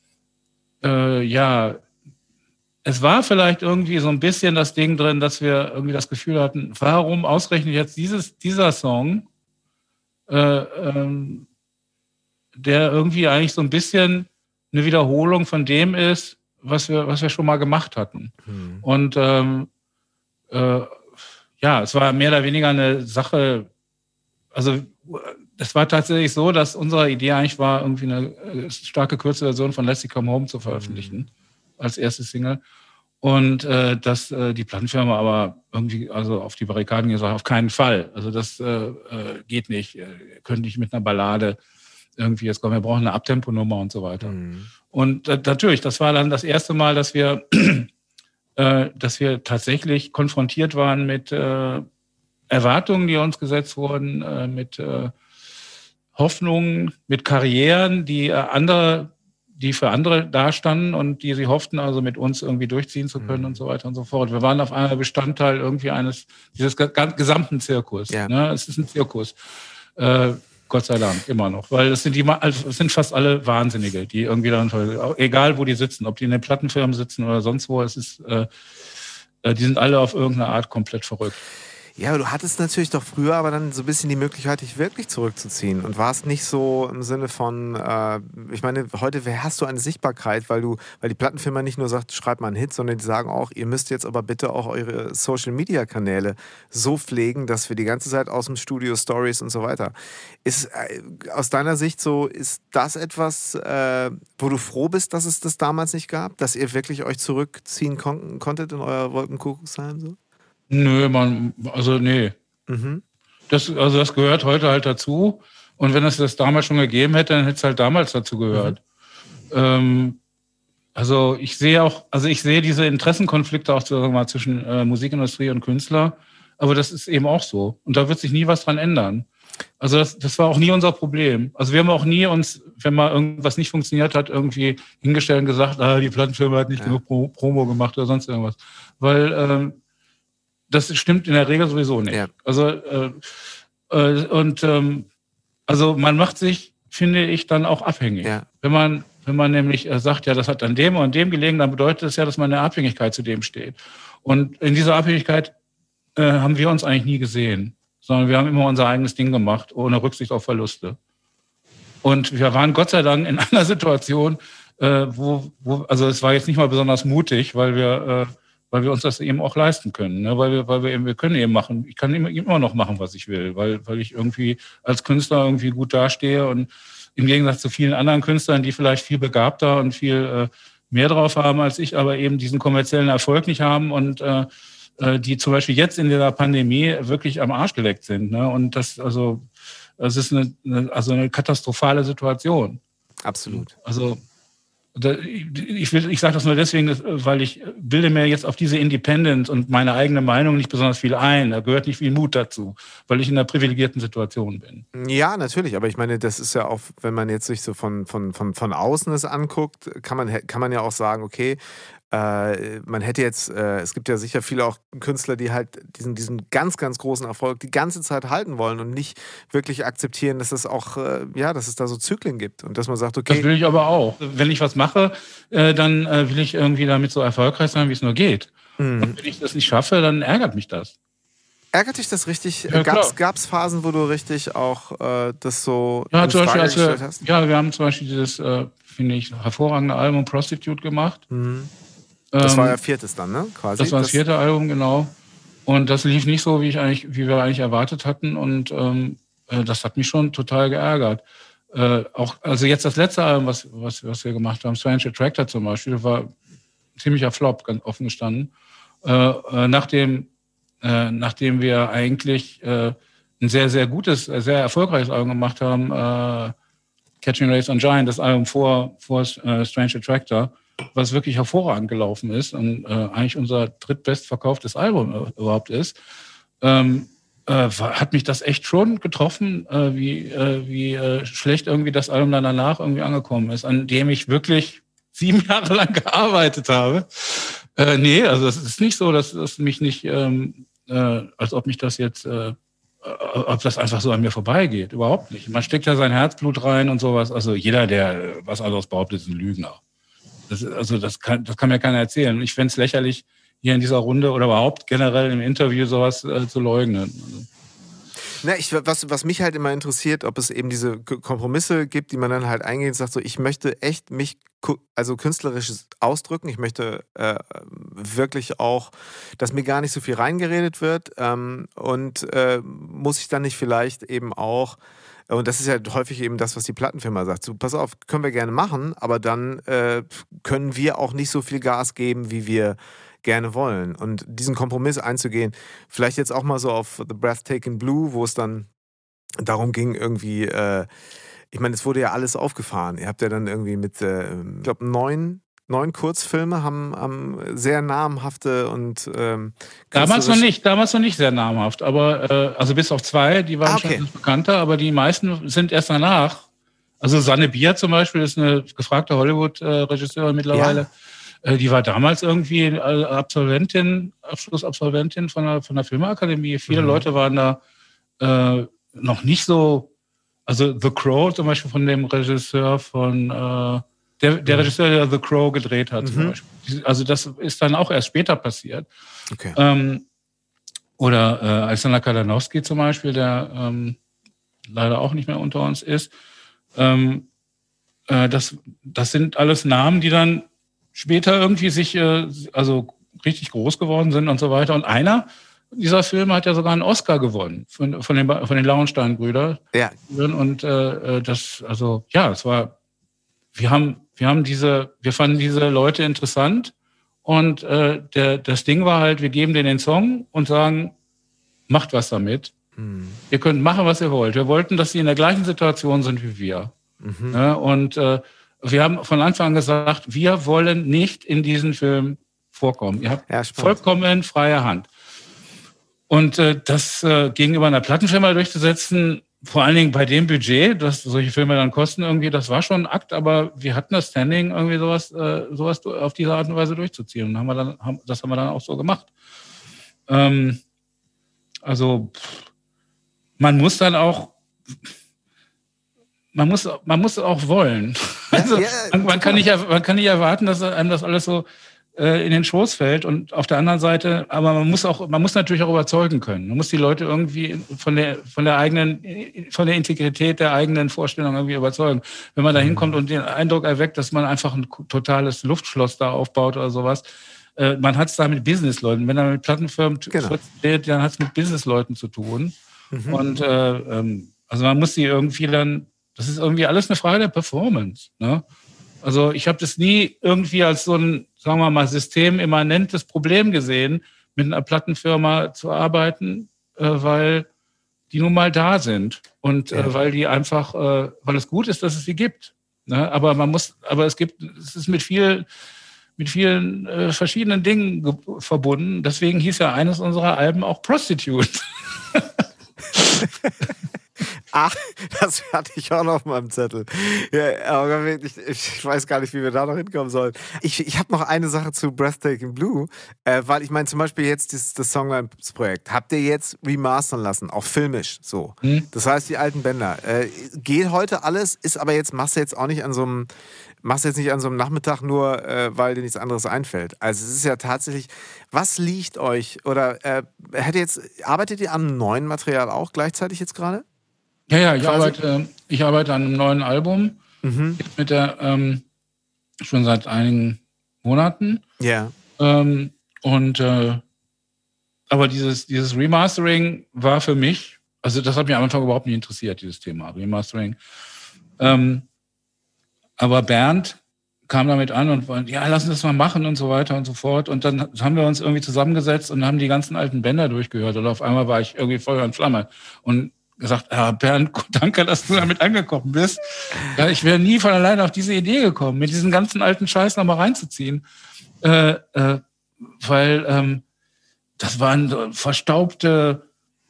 äh, ja, es war vielleicht irgendwie so ein bisschen das Ding drin, dass wir irgendwie das Gefühl hatten, warum ausgerechnet jetzt dieses, dieser Song, äh, ähm, der irgendwie eigentlich so ein bisschen eine Wiederholung von dem ist, was wir, was wir schon mal gemacht hatten. Mhm. Und ähm, äh, ja, es war mehr oder weniger eine Sache, also es war tatsächlich so, dass unsere Idee eigentlich war, irgendwie eine starke Kurzversion von Let's Come Home zu veröffentlichen. Mhm. Als erste Single. Und äh, dass äh, die Plattenfirma aber irgendwie also auf die Barrikaden gesagt, auf keinen Fall. Also das äh, äh, geht nicht. Äh, könnte nicht mit einer Ballade irgendwie jetzt kommen. Wir brauchen eine Abtempo-Nummer und so weiter. Mhm. Und äh, natürlich, das war dann das erste Mal, dass wir, äh, dass wir tatsächlich konfrontiert waren mit äh, Erwartungen, die uns gesetzt wurden, äh, mit äh, Hoffnungen, mit Karrieren, die äh, andere die für andere dastanden und die sie hofften, also mit uns irgendwie durchziehen zu können, mhm. und so weiter und so fort. Wir waren auf einmal Bestandteil irgendwie eines, dieses gesamten Zirkus. Ja. Ne? Es ist ein Zirkus. Äh, Gott sei Dank, immer noch. Weil es sind, die, also es sind fast alle Wahnsinnige, die irgendwie dann, egal wo die sitzen, ob die in den Plattenfirmen sitzen oder sonst wo, es ist, äh, die sind alle auf irgendeine Art komplett verrückt. Ja, du hattest natürlich doch früher aber dann so ein bisschen die Möglichkeit, dich wirklich zurückzuziehen und warst nicht so im Sinne von, äh, ich meine, heute hast du eine Sichtbarkeit, weil du, weil die Plattenfirma nicht nur sagt, schreib mal einen Hit, sondern die sagen auch, ihr müsst jetzt aber bitte auch eure Social-Media-Kanäle so pflegen, dass wir die ganze Zeit aus dem Studio Stories und so weiter. Ist äh, aus deiner Sicht so, ist das etwas, äh, wo du froh bist, dass es das damals nicht gab, dass ihr wirklich euch zurückziehen kon- konntet in euer Wolkenkuckucksheim? So? Nö, man, also nee. Mhm. Das, also das gehört heute halt dazu. Und wenn es das damals schon gegeben hätte, dann hätte es halt damals dazu gehört. Mhm. Ähm, also ich sehe auch, also ich sehe diese Interessenkonflikte auch sagen wir mal, zwischen äh, Musikindustrie und Künstler, aber das ist eben auch so. Und da wird sich nie was dran ändern. Also das, das war auch nie unser Problem. Also wir haben auch nie uns, wenn mal irgendwas nicht funktioniert hat, irgendwie hingestellt und gesagt, ah, die Plattenfirma hat nicht ja. genug Pro- Promo gemacht oder sonst irgendwas. Weil ähm, das stimmt in der Regel sowieso nicht. Ja. Also äh, äh, und ähm, also man macht sich, finde ich, dann auch abhängig. Ja. Wenn man wenn man nämlich äh, sagt, ja, das hat an dem und dem gelegen, dann bedeutet das ja, dass man in der Abhängigkeit zu dem steht. Und in dieser Abhängigkeit äh, haben wir uns eigentlich nie gesehen, sondern wir haben immer unser eigenes Ding gemacht, ohne Rücksicht auf Verluste. Und wir waren Gott sei Dank in einer Situation, äh, wo, wo also es war jetzt nicht mal besonders mutig, weil wir äh, weil wir uns das eben auch leisten können, ne? Weil wir, weil wir eben, wir können eben machen, ich kann immer, immer noch machen, was ich will, weil, weil ich irgendwie als Künstler irgendwie gut dastehe und im Gegensatz zu vielen anderen Künstlern, die vielleicht viel begabter und viel äh, mehr drauf haben als ich, aber eben diesen kommerziellen Erfolg nicht haben und äh, die zum Beispiel jetzt in dieser Pandemie wirklich am Arsch geleckt sind, ne? Und das, also, das ist eine, eine, also eine katastrophale Situation. Absolut. Also Ich, will, ich sage das nur deswegen, weil ich bilde mir jetzt auf diese Independence und meine eigene Meinung nicht besonders viel ein. Da gehört nicht viel Mut dazu, weil ich in einer privilegierten Situation bin. Ja, natürlich. Aber ich meine, das ist ja auch, wenn man jetzt sich so von, von, von, von außen es anguckt, kann man, kann man ja auch sagen, okay, äh, man hätte jetzt, äh, es gibt ja sicher viele auch Künstler, die halt diesen, diesen ganz, ganz großen Erfolg die ganze Zeit halten wollen und nicht wirklich akzeptieren, dass es auch, äh, ja, dass es da so Zyklen gibt und dass man sagt, okay. Das will ich aber auch. Wenn ich was mache, äh, dann äh, will ich irgendwie damit so erfolgreich sein, wie es nur geht. Mhm. Und wenn ich das nicht schaffe, dann ärgert mich das. Ärgert dich das richtig? Ja, Gab es Phasen, wo du richtig auch äh, das so ja, in zum Frage Beispiel, gestellt wir, hast? Ja, wir haben zum Beispiel dieses, äh, finde ich, hervorragende Album Prostitute gemacht. Mhm. Das war ja viertes dann, ne? Quasi. Das war das vierte Album, genau. Und das lief nicht so, wie ich eigentlich, wie wir eigentlich erwartet hatten. Und ähm, das hat mich schon total geärgert. Äh, auch, also jetzt das letzte Album, was, was, was wir gemacht haben, Strange Attractor zum Beispiel, war ein ziemlicher Flop, ganz offen gestanden. Äh, nachdem, äh, nachdem wir eigentlich äh, ein sehr, sehr gutes, sehr erfolgreiches Album gemacht haben, äh, Catching Rays on Giant, das Album vor, vor äh, Strange Attractor, was wirklich hervorragend gelaufen ist und äh, eigentlich unser drittbestverkauftes Album äh, überhaupt ist, ähm, äh, hat mich das echt schon getroffen, äh, wie, äh, wie äh, schlecht irgendwie das Album dann danach irgendwie angekommen ist, an dem ich wirklich sieben Jahre lang gearbeitet habe. Äh, nee, also es ist nicht so, dass es mich nicht, ähm, äh, als ob mich das jetzt, äh, ob das einfach so an mir vorbeigeht. Überhaupt nicht. Man steckt ja sein Herzblut rein und sowas. Also jeder, der was anderes behauptet, ist ein Lügner. Das, also das kann, das kann mir keiner erzählen. Ich fände es lächerlich, hier in dieser Runde oder überhaupt generell im Interview sowas äh, zu leugnen. Na, ich, was, was mich halt immer interessiert, ob es eben diese Kompromisse gibt, die man dann halt eingeht und sagt, so, ich möchte echt mich also künstlerisch ausdrücken. Ich möchte äh, wirklich auch, dass mir gar nicht so viel reingeredet wird. Ähm, und äh, muss ich dann nicht vielleicht eben auch, und das ist ja häufig eben das, was die Plattenfirma sagt, so, pass auf, können wir gerne machen, aber dann äh, können wir auch nicht so viel Gas geben, wie wir gerne wollen. Und diesen Kompromiss einzugehen, vielleicht jetzt auch mal so auf The Breathtaking Blue, wo es dann darum ging, irgendwie, äh, ich meine, es wurde ja alles aufgefahren. Ihr habt ja dann irgendwie mit, äh, ich glaube, neun, neun Kurzfilme haben, haben sehr namhafte und ähm, damals noch nicht, damals noch nicht sehr namhaft, aber äh, also bis auf zwei, die waren ah, okay. schon bekannter, aber die meisten sind erst danach. Also Sanne Bier zum Beispiel ist eine gefragte Hollywood-Regisseurin mittlerweile. Ja. Die war damals irgendwie Absolventin, Abschlussabsolventin von der, von der Filmakademie. Viele mhm. Leute waren da äh, noch nicht so, also The Crow zum Beispiel von dem Regisseur von, äh, der, der mhm. Regisseur, der The Crow gedreht hat mhm. zum Beispiel. Also das ist dann auch erst später passiert. Okay. Ähm, Oder äh, Alexander Kadanowski zum Beispiel, der ähm, leider auch nicht mehr unter uns ist. Ähm, äh, das, das sind alles Namen, die dann später irgendwie sich, äh, also richtig groß geworden sind und so weiter. Und einer dieser Filme hat ja sogar einen Oscar gewonnen von, von den, von den Lauenstein-Brüdern. Ja. Und äh, das, also ja, es war, wir haben, wir haben diese, wir fanden diese Leute interessant. Und äh, der, das Ding war halt, wir geben denen den Song und sagen, macht was damit. Mhm. Ihr könnt machen, was ihr wollt. Wir wollten, dass sie in der gleichen Situation sind wie wir. Mhm. Ja, und äh, wir haben von Anfang an gesagt, wir wollen nicht in diesen Film vorkommen. Ihr habt ja, vollkommen freie Hand. Und äh, das äh, gegenüber einer Plattenfirma durchzusetzen, vor allen Dingen bei dem Budget, dass solche Filme dann kosten irgendwie, das war schon ein Akt, aber wir hatten das Standing, irgendwie sowas, äh, sowas auf diese Art und Weise durchzuziehen. Und haben wir dann, haben, das haben wir dann auch so gemacht. Ähm, also man muss dann auch, man muss, man muss auch wollen. Also ja, man, man kann nicht, man kann nicht erwarten, dass einem das alles so in den Schoß fällt und auf der anderen Seite, aber man muss auch, man muss natürlich auch überzeugen können. Man muss die Leute irgendwie von der, von der eigenen, von der Integrität der eigenen Vorstellung irgendwie überzeugen. Wenn man da hinkommt und den Eindruck erweckt, dass man einfach ein totales Luftschloss da aufbaut oder sowas, äh, man hat es da mit Businessleuten. Wenn er mit Plattenfirmen genau. steht, dann hat es mit Businessleuten zu tun. Mhm. Und äh, ähm, also man muss die irgendwie dann, das ist irgendwie alles eine Frage der Performance, ne? Also ich habe das nie irgendwie als so ein, sagen wir mal, systemimmanentes Problem gesehen, mit einer Plattenfirma zu arbeiten, äh, weil die nun mal da sind und ja. äh, weil die einfach, äh, weil es gut ist, dass es sie gibt. Ne? Aber man muss, aber es gibt, es ist mit viel, mit vielen äh, verschiedenen Dingen ge- verbunden. Deswegen hieß ja eines unserer Alben auch Prostitute. Ach, das hatte ich auch noch auf meinem Zettel. Ja, aber ich, ich weiß gar nicht, wie wir da noch hinkommen sollen. Ich, ich habe noch eine Sache zu Breathtaking Blue, äh, weil ich meine zum Beispiel jetzt das, das Songlines-Projekt habt ihr jetzt remastern lassen, auch filmisch so. Hm. Das heißt, die alten Bänder. Äh, geht heute alles, ist aber jetzt, machst du jetzt auch nicht an so einem, machst du jetzt nicht an so einem Nachmittag nur, äh, weil dir nichts anderes einfällt. Also es ist ja tatsächlich, was liegt euch oder äh, hätte jetzt, arbeitet ihr am neuen Material auch gleichzeitig jetzt gerade? Ja, ja, ich arbeite, ich arbeite an einem neuen Album mhm. mit der ähm, schon seit einigen Monaten. Ja. Ähm, und äh, aber dieses, dieses Remastering war für mich, also das hat mich am Anfang überhaupt nicht interessiert, dieses Thema Remastering. Ähm, aber Bernd kam damit an und wollte, ja, lass uns das mal machen und so weiter und so fort. Und dann haben wir uns irgendwie zusammengesetzt und haben die ganzen alten Bänder durchgehört. Und auf einmal war ich irgendwie Feuer und Flamme. Und gesagt, ja, Bernd, danke, dass du damit angekommen bist. Ja, ich wäre nie von alleine auf diese Idee gekommen, mit diesen ganzen alten Scheiß noch mal reinzuziehen. Äh, äh, weil ähm, das waren so verstaubte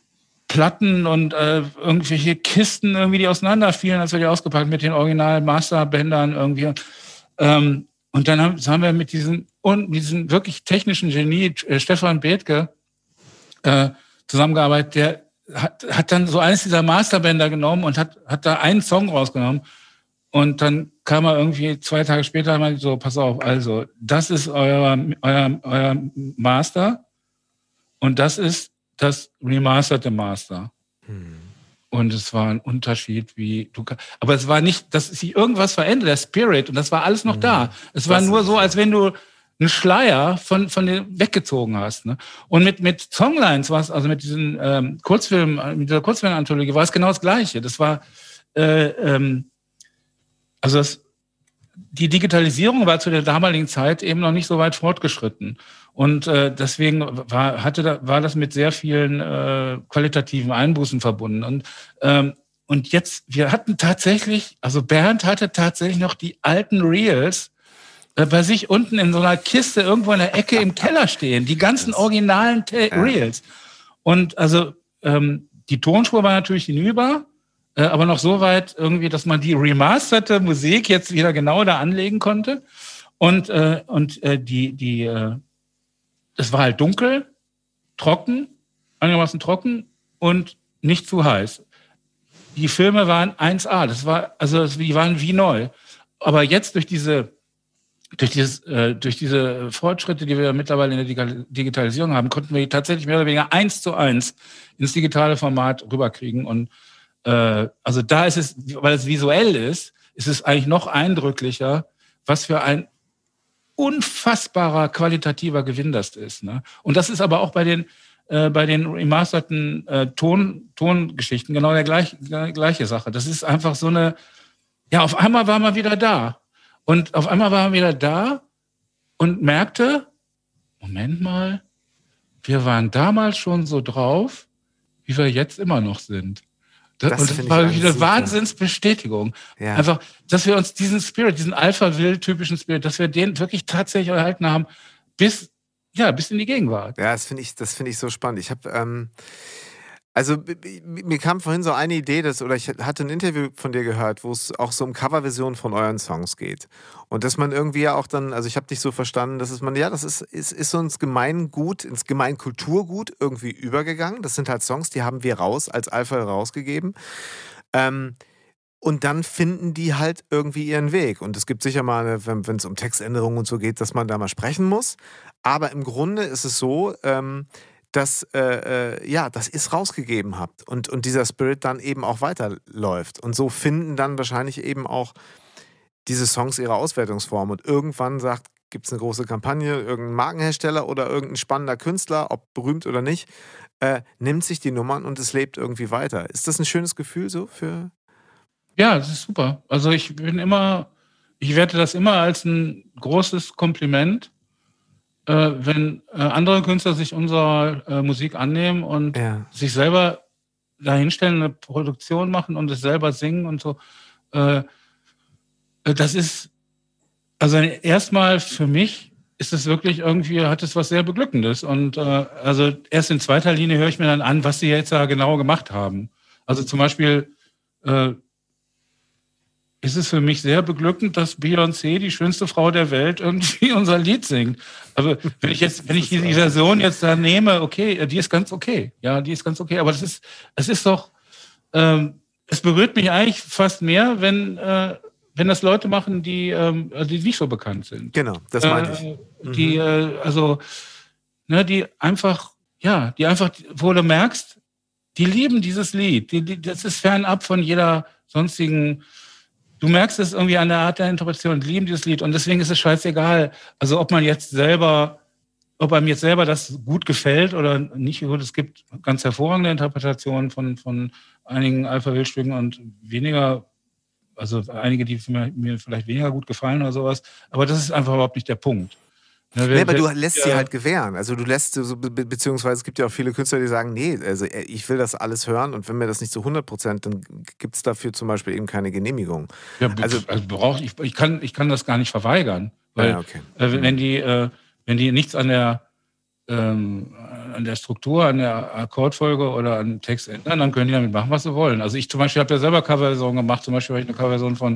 Platten und äh, irgendwelche Kisten, irgendwie, die auseinanderfielen, als wir die ausgepackt mit den originalen Masterbändern irgendwie. Ähm, und dann haben, haben wir mit diesem, und diesem wirklich technischen Genie, äh, Stefan Bethke, äh, zusammengearbeitet, der Hat, hat dann so eines dieser Masterbänder genommen und hat, hat da einen Song rausgenommen. Und dann kam er irgendwie zwei Tage später mal so, pass auf, also, das ist euer, euer, euer Master und das ist das remasterte Master. Hm. Und es war ein Unterschied, wie du, aber es war nicht, dass sich irgendwas verändert, der Spirit, und das war alles noch hm. da. Es war das nur so, als wenn du einen Schleier von, von den weggezogen hast. Ne? Und mit, mit Songlines war es, also mit diesen ähm, Kurzfilmen, mit dieser Kurzfilmanthologie war es genau das Gleiche. Das war, äh, ähm, also das, die Digitalisierung war zu der damaligen Zeit eben noch nicht so weit fortgeschritten. Und äh, deswegen war, hatte da, war das mit sehr vielen äh, qualitativen Einbußen verbunden. Und, ähm, und jetzt, wir hatten tatsächlich, also Bernd hatte tatsächlich noch die alten Reels bei sich unten in so einer Kiste irgendwo in der Ecke im Keller stehen. Die ganzen originalen Te- Reels. Und also ähm, die Tonspur war natürlich hinüber, äh, aber noch so weit irgendwie, dass man die remasterte Musik jetzt wieder genau da anlegen konnte. Und, äh, und äh, die, die, äh, es war halt dunkel, trocken, einigermaßen trocken und nicht zu heiß. Die Filme waren eins A. Das war, also die waren wie neu. Aber jetzt durch diese durch, dieses, äh, durch diese Fortschritte, die wir mittlerweile in der Digitalisierung haben, konnten wir tatsächlich mehr oder weniger eins zu eins ins digitale Format rüberkriegen. Und äh, also da ist es, weil es visuell ist, ist es eigentlich noch eindrücklicher, was für ein unfassbarer qualitativer Gewinn das ist. Ne? Und das ist aber auch bei den äh, bei den remasterten äh, Ton, Tongeschichten genau der gleich, gleiche Sache. Das ist einfach so eine, ja, auf einmal war man wieder da. Und auf einmal war man wieder da und merkte, Moment mal, wir waren damals schon so drauf, wie wir jetzt immer noch sind. Das, und das war wieder Wahnsinnsbestätigung. Ja. Einfach, dass wir uns diesen Spirit, diesen Alpha-Will-typischen Spirit, dass wir den wirklich tatsächlich erhalten haben, bis, ja, bis in die Gegenwart. Ja, das finde ich, das finde ich so spannend. Ich habe, ähm, also mir kam vorhin so eine Idee, dass, oder ich hatte ein Interview von dir gehört, wo es auch so um Coverversionen von euren Songs geht. Und dass man irgendwie ja auch dann, also ich habe dich so verstanden, dass es man, ja, das ist, ist, ist so ins Gemeingut, ins Gemeinkulturgut irgendwie übergegangen. Das sind halt Songs, die haben wir raus, als Alpha rausgegeben. Ähm, und dann finden die halt irgendwie ihren Weg. Und es gibt sicher mal, eine, wenn es um Textänderungen und so geht, dass man da mal sprechen muss. Aber im Grunde ist es so, ähm, dass äh, äh, ja, dass ihr es rausgegeben habt und, und dieser Spirit dann eben auch weiterläuft. Und so finden dann wahrscheinlich eben auch diese Songs ihre Auswertungsform. Und irgendwann sagt, gibt es eine große Kampagne, irgendein Markenhersteller oder irgendein spannender Künstler, ob berühmt oder nicht, äh, nimmt sich die Nummern und es lebt irgendwie weiter. Ist das ein schönes Gefühl so für? Ja, das ist super. Also ich bin immer, ich werte das immer als ein großes Kompliment, Äh, wenn äh, andere Künstler sich unserer äh, Musik annehmen und ja. sich selber dahinstellen, eine Produktion machen und es selber singen und so. Äh, das ist, also erstmal für mich ist es wirklich irgendwie, hat es was sehr Beglückendes. Und äh, also erst in zweiter Linie höre ich mir dann an, was sie jetzt da genau gemacht haben. Also zum Beispiel äh, ist es für mich sehr beglückend, dass Beyoncé, die schönste Frau der Welt, irgendwie unser Lied singt. Also wenn ich jetzt, wenn ich die Version jetzt da nehme, okay, die ist ganz okay. Ja, die ist ganz okay. Aber das ist, es ist doch, ähm, es berührt mich eigentlich fast mehr, wenn, äh, wenn das Leute machen, die, ähm, die nicht so bekannt sind. Genau, das meine ich. Äh, die, äh, also, ne, die einfach, ja, die einfach, wo du merkst, die lieben dieses Lied. Die, die, das ist fernab von jeder sonstigen. Du merkst es irgendwie an der Art der Interpretation, die lieben dieses Lied und deswegen ist es scheißegal. Also ob man jetzt selber, ob einem jetzt selber das gut gefällt oder nicht gut. Es gibt ganz hervorragende Interpretationen von, von einigen Alpha-Will-Stücken und weniger, also einige, die mir vielleicht weniger gut gefallen oder sowas. Aber das ist einfach überhaupt nicht der Punkt. Ja, nee, aber du lässt ja. sie halt gewähren. Also du lässt, so, be- beziehungsweise es gibt ja auch viele Künstler, die sagen, nee, also ich will das alles hören und wenn mir das nicht zu hundert Prozent, dann gibt es dafür zum Beispiel eben keine Genehmigung. Ja, also, also brauch, ich, ich, kann, ich kann das gar nicht verweigern. Weil ja, okay. äh, wenn, die, äh, wenn die nichts an der, ähm, an der Struktur, an der Akkordfolge oder an dem Text ändern, dann können die damit machen, was sie wollen. Also ich zum Beispiel habe ja selber Coverversionen gemacht, zum Beispiel habe ich eine Coverversion von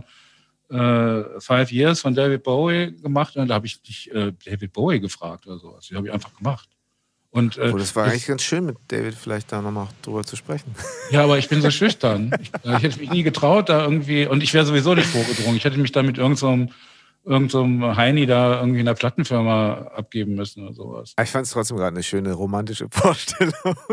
Uh, Five Years von David Bowie gemacht und da habe ich nicht äh, David Bowie gefragt oder sowas. Die habe ich einfach gemacht. Und, äh, oh, das war das, eigentlich ganz schön, mit David vielleicht da nochmal drüber zu sprechen. Ja, aber ich bin so schüchtern. Ich, ich hätte mich nie getraut, da irgendwie, und ich wäre sowieso nicht vorgedrungen. Ich hätte mich da mit irgendeinem so irgend so Heini da irgendwie in der Plattenfirma abgeben müssen oder sowas. Ich fand es trotzdem gerade eine schöne romantische Vorstellung.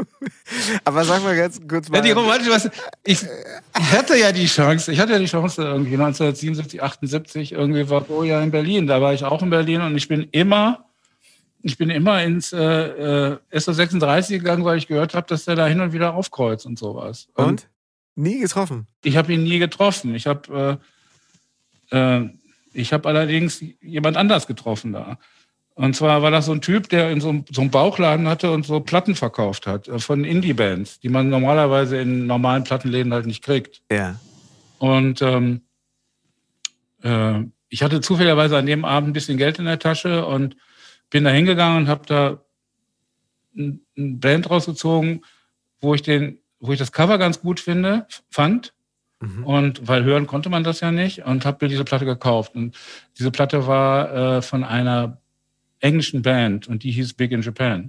Aber sag mal ganz kurz mal. Ja, die romantische, was, ich, ich hatte ja die Chance, ich hatte ja die Chance irgendwie neunzehnhundertsiebenundsiebzig, achtundsiebzig, irgendwie war Bowie ja in Berlin, da war ich auch in Berlin und ich bin immer, ich bin immer ins äh, äh, S O sechsunddreißig gegangen, weil ich gehört habe, dass der da hin und wieder aufkreuzt und sowas. Und? und? Nie getroffen? Ich habe ihn nie getroffen. Ich habe äh, äh, Ich habe allerdings jemand anders getroffen da. Und zwar war das so ein Typ, der in so einem, so einem Bauchladen hatte und so Platten verkauft hat von Indie-Bands, die man normalerweise in normalen Plattenläden halt nicht kriegt. Ja. Und ähm, äh, ich hatte zufälligerweise an dem Abend ein bisschen Geld in der Tasche und bin da hingegangen und habe da eine Band rausgezogen, wo ich den, wo ich das Cover ganz gut finde, fand. Und weil hören konnte man das ja nicht und habe mir diese Platte gekauft. Und diese Platte war äh, von einer englischen Band und die hieß Big in Japan.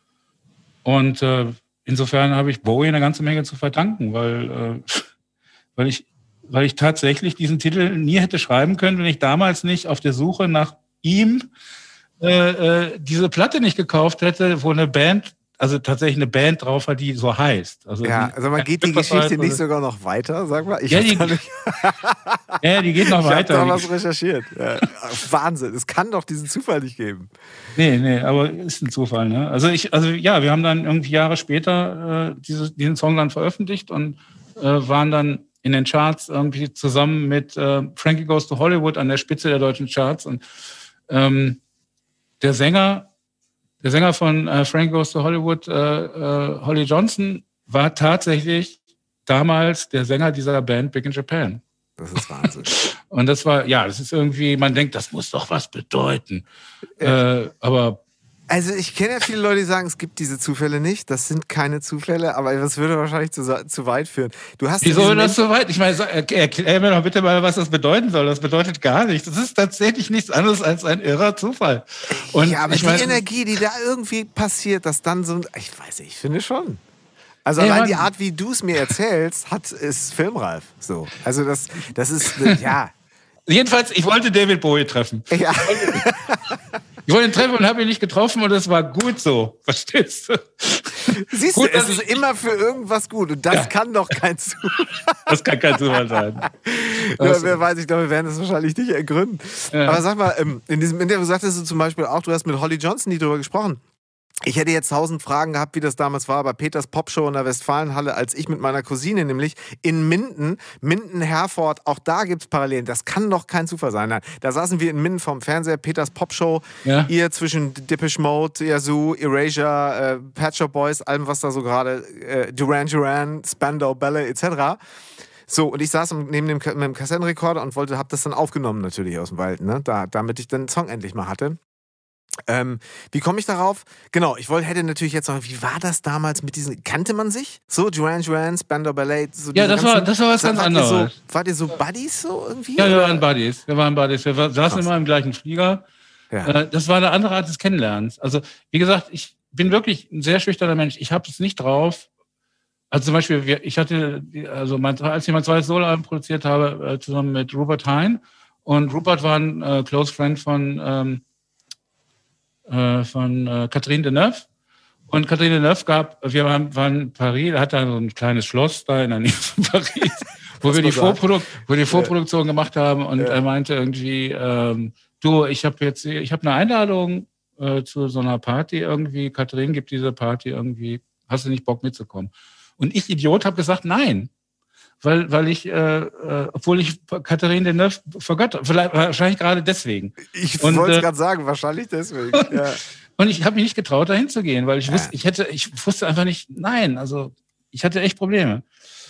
Und äh, insofern habe ich Bowie eine ganze Menge zu verdanken, weil, äh, weil, ich, weil ich tatsächlich diesen Titel nie hätte schreiben können, wenn ich damals nicht auf der Suche nach ihm äh, äh, diese Platte nicht gekauft hätte, wo eine Band, also tatsächlich eine Band drauf war, die so heißt. Also ja, die, also man geht die Geschichte nicht sogar noch weiter, sag mal. Ich ja, die, nicht ja, die geht noch ich weiter. Ich habe da was recherchiert. Ja, Wahnsinn, es kann doch diesen Zufall nicht geben. Nee, nee, aber ist ein Zufall, ne? Also ich, also ja, wir haben dann irgendwie Jahre später äh, diese, diesen Song dann veröffentlicht und äh, waren dann in den Charts irgendwie zusammen mit äh, Frankie Goes to Hollywood an der Spitze der deutschen Charts. Und ähm, der Sänger, der Sänger von äh, Frankie Goes to Hollywood, äh, äh, Holly Johnson, war tatsächlich damals der Sänger dieser Band Big in Japan. Das ist Wahnsinn. Und das war, ja, das ist irgendwie, man denkt, das muss doch was bedeuten. Ja. Äh, aber Also ich kenne ja viele Leute, die sagen, es gibt diese Zufälle nicht. Das sind keine Zufälle, aber das würde wahrscheinlich zu, zu weit führen. Du hast Wieso würde das so weit? Ich meine, erklär mir doch bitte mal, was das bedeuten soll. Das bedeutet gar nichts. Das ist tatsächlich nichts anderes als ein irrer Zufall. Und ja, aber ich die meine, Energie, die da irgendwie passiert, dass dann so ein... Ich weiß nicht, ich finde schon. Also Ey, allein Mann. die Art, wie du es mir erzählst, hat, ist filmreif. So. Also das, das ist... Ja. Jedenfalls, ich wollte David Bowie treffen. Ja. Ich wollte ihn treffen und habe ihn nicht getroffen und es war gut so. Verstehst du? Siehst gut, du, es ist immer für irgendwas gut und das ja. kann doch kein Zufall Das kann kein Zufall sein. Ja, wer weiß, ich glaube, wir werden das wahrscheinlich nicht ergründen. Ja. Aber sag mal, in diesem Interview sagtest du zum Beispiel auch, du hast mit Holly Johnson nie drüber gesprochen. Ich hätte jetzt tausend Fragen gehabt, wie das damals war bei Peters Popshow in der Westfalenhalle, als ich mit meiner Cousine nämlich in Minden, Minden-Herford, auch da gibt es Parallelen. Das kann doch kein Zufall sein. Nein, da saßen wir in Minden vorm Fernseher, Peters Popshow, ja. ihr zwischen Depeche Mode, Yazoo, Erasure, äh, Pet Shop Boys, allem, was da so gerade, äh, Duran Duran, Spandau Ballet et cetera. So, und ich saß neben dem, mit dem Kassettenrekorder und wollte, hab das dann aufgenommen natürlich aus dem Wald, ne? da, damit ich den Song endlich mal hatte. Ähm, wie komme ich darauf? Genau, ich wollte, hätte natürlich jetzt noch, wie war das damals mit diesen, kannte man sich? So, Duran Duran, Spandau Ballet? So ja, das, ganzen, war, das war was ganz anderes. So, wart ihr so Buddies so irgendwie? Ja, wir waren Buddies. Wir waren Buddies. Wir saßen Krass. immer im gleichen Flieger. Ja. Äh, das war eine andere Art des Kennenlernens. Also, wie gesagt, ich bin wirklich ein sehr schüchterner Mensch. Ich habe es nicht drauf. Also zum Beispiel, ich hatte, also mein, als ich mein zweites Soloalbum produziert habe, zusammen mit Rupert Hine. Und Rupert war ein äh, Close Friend von... Ähm, von äh, Catherine Deneuve. Und Catherine Deneuve gab, wir waren, waren in Paris, er hat da so ein kleines Schloss da in der Nähe von Paris, wo wir die, Vorprodu- wo wir die Vorproduktion ja. gemacht haben. Und ja. er meinte irgendwie, ähm, du, ich habe jetzt, ich habe eine Einladung äh, zu so einer Party irgendwie. Catherine gibt diese Party irgendwie. Hast du nicht Bock mitzukommen? Und ich, Idiot, habe gesagt, nein. Weil, weil ich, äh, äh, obwohl ich Catherine Deneuve vergötter, vielleicht wahrscheinlich gerade deswegen. Ich wollte es äh, gerade sagen, wahrscheinlich deswegen. Ja. Und ich habe mich nicht getraut, dahin zu gehen, weil ich ja. wusste, ich hätte, ich wusste einfach nicht, nein, also ich hatte echt Probleme.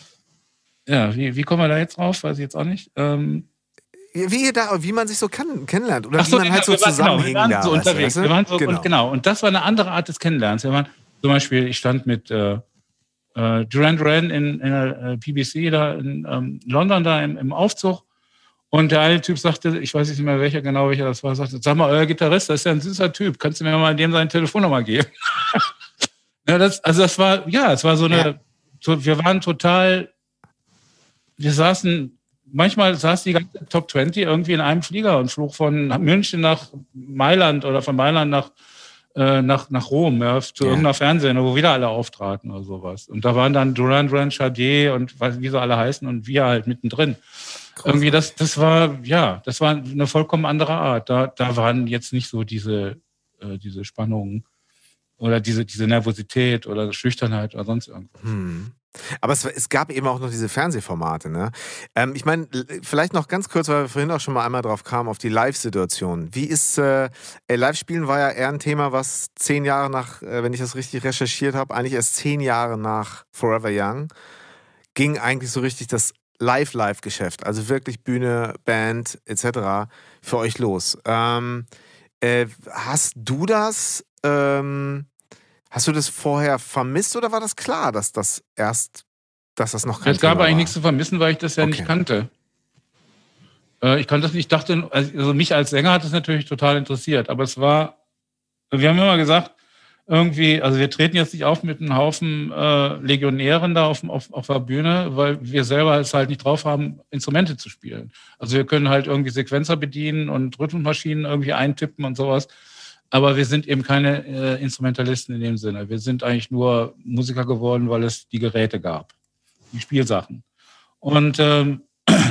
Ja, wie, wie kommen wir da jetzt drauf? Weiß ich jetzt auch nicht. Ähm, wie, da, wie man sich so kann, kennenlernt oder so, wie man halt so zusammenhängt. Genau, wir waren so da, unterwegs. Weißt du? Wir waren so, genau. Und, genau. Und das war eine andere Art des Kennenlernens. Wir waren zum Beispiel, ich stand mit äh, Uh, Duran Duran in, in der uh, P B C da in um, London da im, im Aufzug und der eine Typ sagte, ich weiß nicht mehr welcher genau welcher das war, sagte, sag mal, euer Gitarrist, das ist ja ein süßer Typ, kannst du mir mal dem seine Telefonnummer geben? ja, das, also das war, ja, es war so eine, ja. so, wir waren total, wir saßen, manchmal saß die ganze Top zwanzig irgendwie in einem Flieger und flog von München nach Mailand oder von Mailand nach Nach, nach Rom, ja, zu ja. irgendeiner Fernsehsendung, wo wieder alle auftraten oder sowas. Und da waren dann Duran Duran, Chadier und wie sie alle heißen und wir halt mittendrin. Groß. Irgendwie das, das war, ja, das war eine vollkommen andere Art. Da, da waren jetzt nicht so diese, äh, diese Spannungen oder diese, diese Nervosität oder Schüchternheit oder sonst irgendwas. Hm. Aber es, es gab eben auch noch diese Fernsehformate, ne? Ähm, ich meine, vielleicht noch ganz kurz, weil wir vorhin auch schon mal einmal drauf kamen, auf die Live-Situation. Wie ist, äh, Live-Spielen war ja eher ein Thema, was zehn Jahre nach, äh, wenn ich das richtig recherchiert habe, eigentlich erst zehn Jahre nach Forever Young, ging eigentlich so richtig das Live-Live-Geschäft, also wirklich Bühne, Band et cetera für euch los. Ähm, äh, hast du das... Ähm, Hast du das vorher vermisst oder war das klar, dass das erst, dass das noch kein Es gab Thema eigentlich war? nichts zu vermissen, weil ich das ja Okay. nicht kannte. Äh, ich kannte das nicht, ich dachte, also mich als Sänger hat das natürlich total interessiert, aber es war, wir haben immer gesagt, irgendwie, also wir treten jetzt nicht auf mit einem Haufen äh, Legionären da auf, auf, auf der Bühne, weil wir selber es halt nicht drauf haben, Instrumente zu spielen. Also wir können halt irgendwie Sequenzer bedienen und Rhythmusmaschinen irgendwie eintippen und sowas. Aber wir sind eben keine äh, Instrumentalisten in dem Sinne. Wir sind eigentlich nur Musiker geworden, weil es die Geräte gab, die Spielsachen. Und ähm,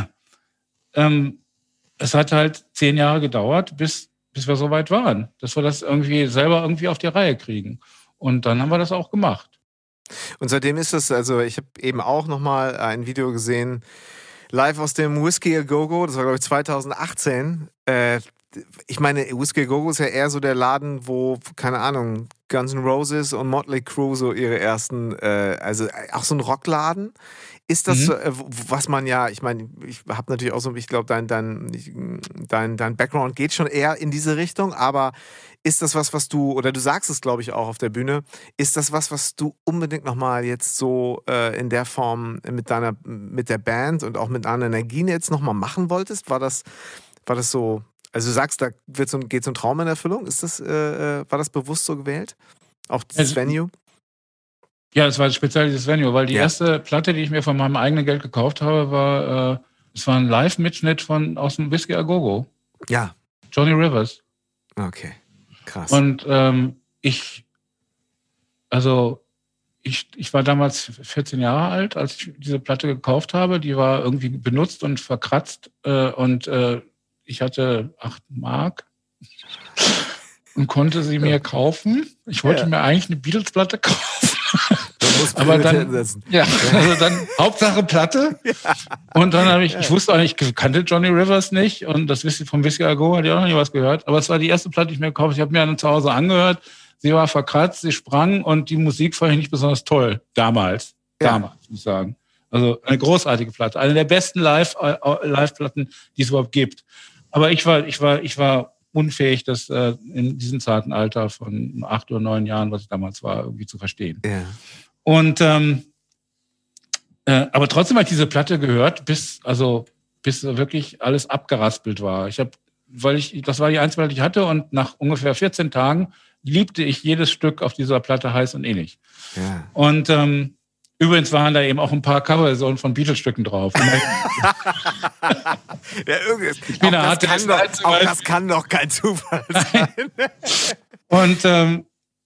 ähm, es hat halt zehn Jahre gedauert, bis bis wir so weit waren, dass wir das irgendwie selber irgendwie auf die Reihe kriegen. Und dann haben wir das auch gemacht. Und seitdem ist es, also ich habe eben auch nochmal ein Video gesehen, live aus dem Whiskey A Go Go, das war glaube ich zweitausendachtzehn. Äh, ich meine, Whiskey A Go Go ist ja eher so der Laden, wo, keine Ahnung, Guns N' Roses und Motley Crue so ihre ersten, äh, also auch so ein Rockladen. Ist das, mhm. äh, was man ja, ich meine, ich habe natürlich auch so, ich glaube, dein, dein, dein, dein Background geht schon eher in diese Richtung, aber ist das was, was du, oder du sagst es, glaube ich, auch auf der Bühne, ist das was, was du unbedingt nochmal jetzt so äh, in der Form mit deiner, mit der Band und auch mit anderen Energien jetzt nochmal machen wolltest? War das, war das so, also du sagst, da wird so, geht so ein Traum in Erfüllung? Ist das, äh, war das bewusst so gewählt? Auch dieses also, Venue? Ja, es war speziell dieses Venue, weil die ja. erste Platte, die ich mir von meinem eigenen Geld gekauft habe, war, äh, es war ein Live-Mitschnitt von aus dem Whiskey A Go Go. Ja. Johnny Rivers. Okay, krass. Und ähm, ich, also ich, ich war damals vierzehn Jahre alt, als ich diese Platte gekauft habe. Die war irgendwie benutzt und verkratzt äh, und äh, ich hatte acht Mark und konnte sie mir kaufen. Ich wollte ja. mir eigentlich eine Beatles-Platte kaufen. Aber dann, ja, also dann Hauptsache Platte. Ja. Und dann habe ich, ich wusste auch nicht, ich kannte Johnny Rivers nicht und das Whiskey vom Whiskey A Go hatte ich auch noch nie was gehört. Aber es war die erste Platte, die ich mir gekauft habe. Ich habe mir dann zu Hause angehört. Sie war verkratzt, sie sprang und die Musik fand ich nicht besonders toll. Damals. Ja. Damals, muss ich sagen. Also eine großartige Platte. Eine der besten Live, Live-Platten, die es überhaupt gibt. Aber ich war, ich war, ich war unfähig, das äh, in diesem zarten Alter von acht oder neun Jahren, was ich damals war, irgendwie zu verstehen. Ja. Und ähm, äh, aber trotzdem habe ich diese Platte gehört, bis also bis wirklich alles abgeraspelt war. Ich habe, weil ich, das war die einzige, die ich hatte, und nach ungefähr vierzehn Tagen liebte ich jedes Stück auf dieser Platte heiß und ähnlich. Ja. Und ähm, übrigens waren da eben auch ein paar Coverversionen von Beatles-Stücken drauf. Ja, ich bin auch, das kann doch, auch das kann doch kein Zufall sein. Und ähm,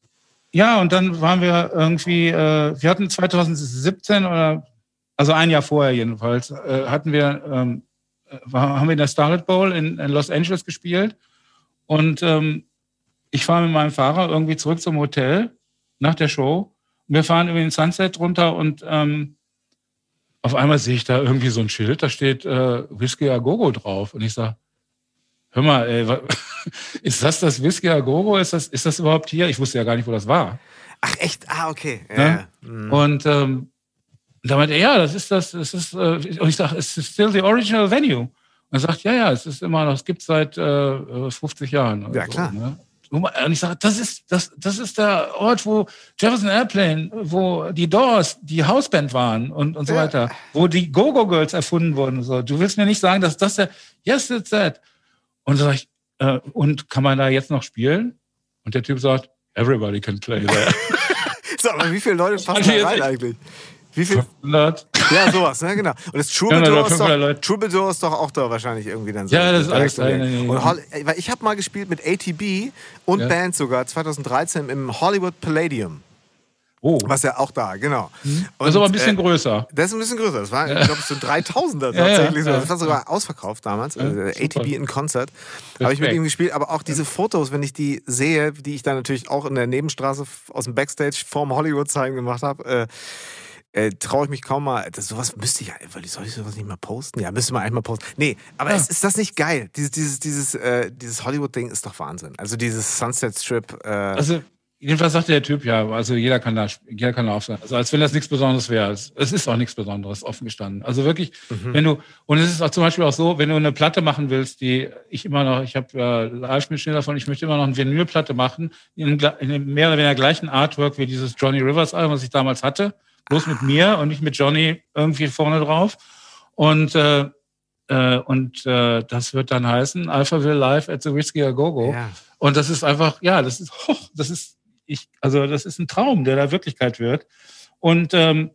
ja, und dann waren wir irgendwie, äh, wir hatten zwanzig siebzehn oder, also ein Jahr vorher jedenfalls, äh, hatten wir, ähm, war, haben wir in der Starlet Bowl in, in Los Angeles gespielt. Und ähm, ich fahre mit meinem Fahrer irgendwie zurück zum Hotel nach der Show. Wir fahren über den Sunset runter und ähm, auf einmal sehe ich da irgendwie so ein Schild, da steht äh, Whiskey A Go Go drauf. Und ich sage, hör mal, ey, was, ist das das Whiskey A Go Go? Ist das, ist das überhaupt hier? Ich wusste ja gar nicht, wo das war. Ach echt? Ah, okay. Ja, ne? ja. Mhm. Und ähm, da meinte er, ja, das ist das, das ist, äh, und ich sage, es ist still the original venue. Und er sagt, ja, ja, es ist immer noch, es gibt es seit äh, fünfzig Jahren. Oder ja, klar. So, ne? Und ich sage, das ist, das, das ist der Ort, wo Jefferson Airplane, wo die Doors, die Hausband waren und, und so ja. weiter, wo die Go-Go-Girls erfunden wurden. Und so. Du willst mir nicht sagen, dass das der, yes, it's that. Und so sag ich, äh, und kann man da jetzt noch spielen? Und der Typ sagt, everybody can play there. So, aber wie viele Leute passen da rein eigentlich? Wie viel? fünfhundert Ja, sowas, ne, genau. Und das Troubadour ist, doch, Troubadour ist doch auch da wahrscheinlich irgendwie dann so. Ja, das ist alles da. Und Hol- weil ich habe mal gespielt mit A T B und ja. Band sogar zwanzig dreizehn im Hollywood Palladium. Oh. Was ja auch da, genau. Mhm. Und, das ist aber ein bisschen äh, größer. Das ist ein bisschen größer. Das war, ja. ich glaube, so dreitausender tatsächlich. Ja, ja, ja. Das war sogar ausverkauft damals. Ja, also A T B in Konzert. Habe ich mit ihm gespielt. Aber auch diese Fotos, wenn ich die sehe, die ich dann natürlich auch in der Nebenstraße aus dem Backstage vorm Hollywood-Zeigen gemacht habe, äh, Äh, traue ich mich kaum mal. Das, sowas müsste ich, weil soll ich sowas nicht mal posten? Ja, müsste man eigentlich mal posten. Nee, aber ja. ist, ist das nicht geil? Dieses, dieses, dieses, äh, dieses Hollywood-Ding ist doch Wahnsinn. Also dieses Sunset Strip. Äh also jedenfalls sagte der Typ ja, also jeder kann da, jeder kann da auf sein. Also als wenn das nichts Besonderes wäre. Es, es ist auch nichts Besonderes, offen gestanden. Also wirklich, mhm. wenn du, und es ist auch zum Beispiel auch so, wenn du eine Platte machen willst, die ich immer noch, ich habe äh, Live-Mitschnitt davon, ich möchte immer noch eine Vinylplatte machen, in, in dem mehr oder weniger gleichen Artwork wie dieses Johnny Rivers Album, was ich damals hatte. Bloß mit mir und nicht mit Johnny irgendwie vorne drauf. Und, äh, äh, und äh, das wird dann heißen, Alphaville Live at the Whiskey A Go Go. Ja. Und das ist einfach, ja, das ist, oh, das ist, ich, also das ist ein Traum, der da Wirklichkeit wird. Und, ähm,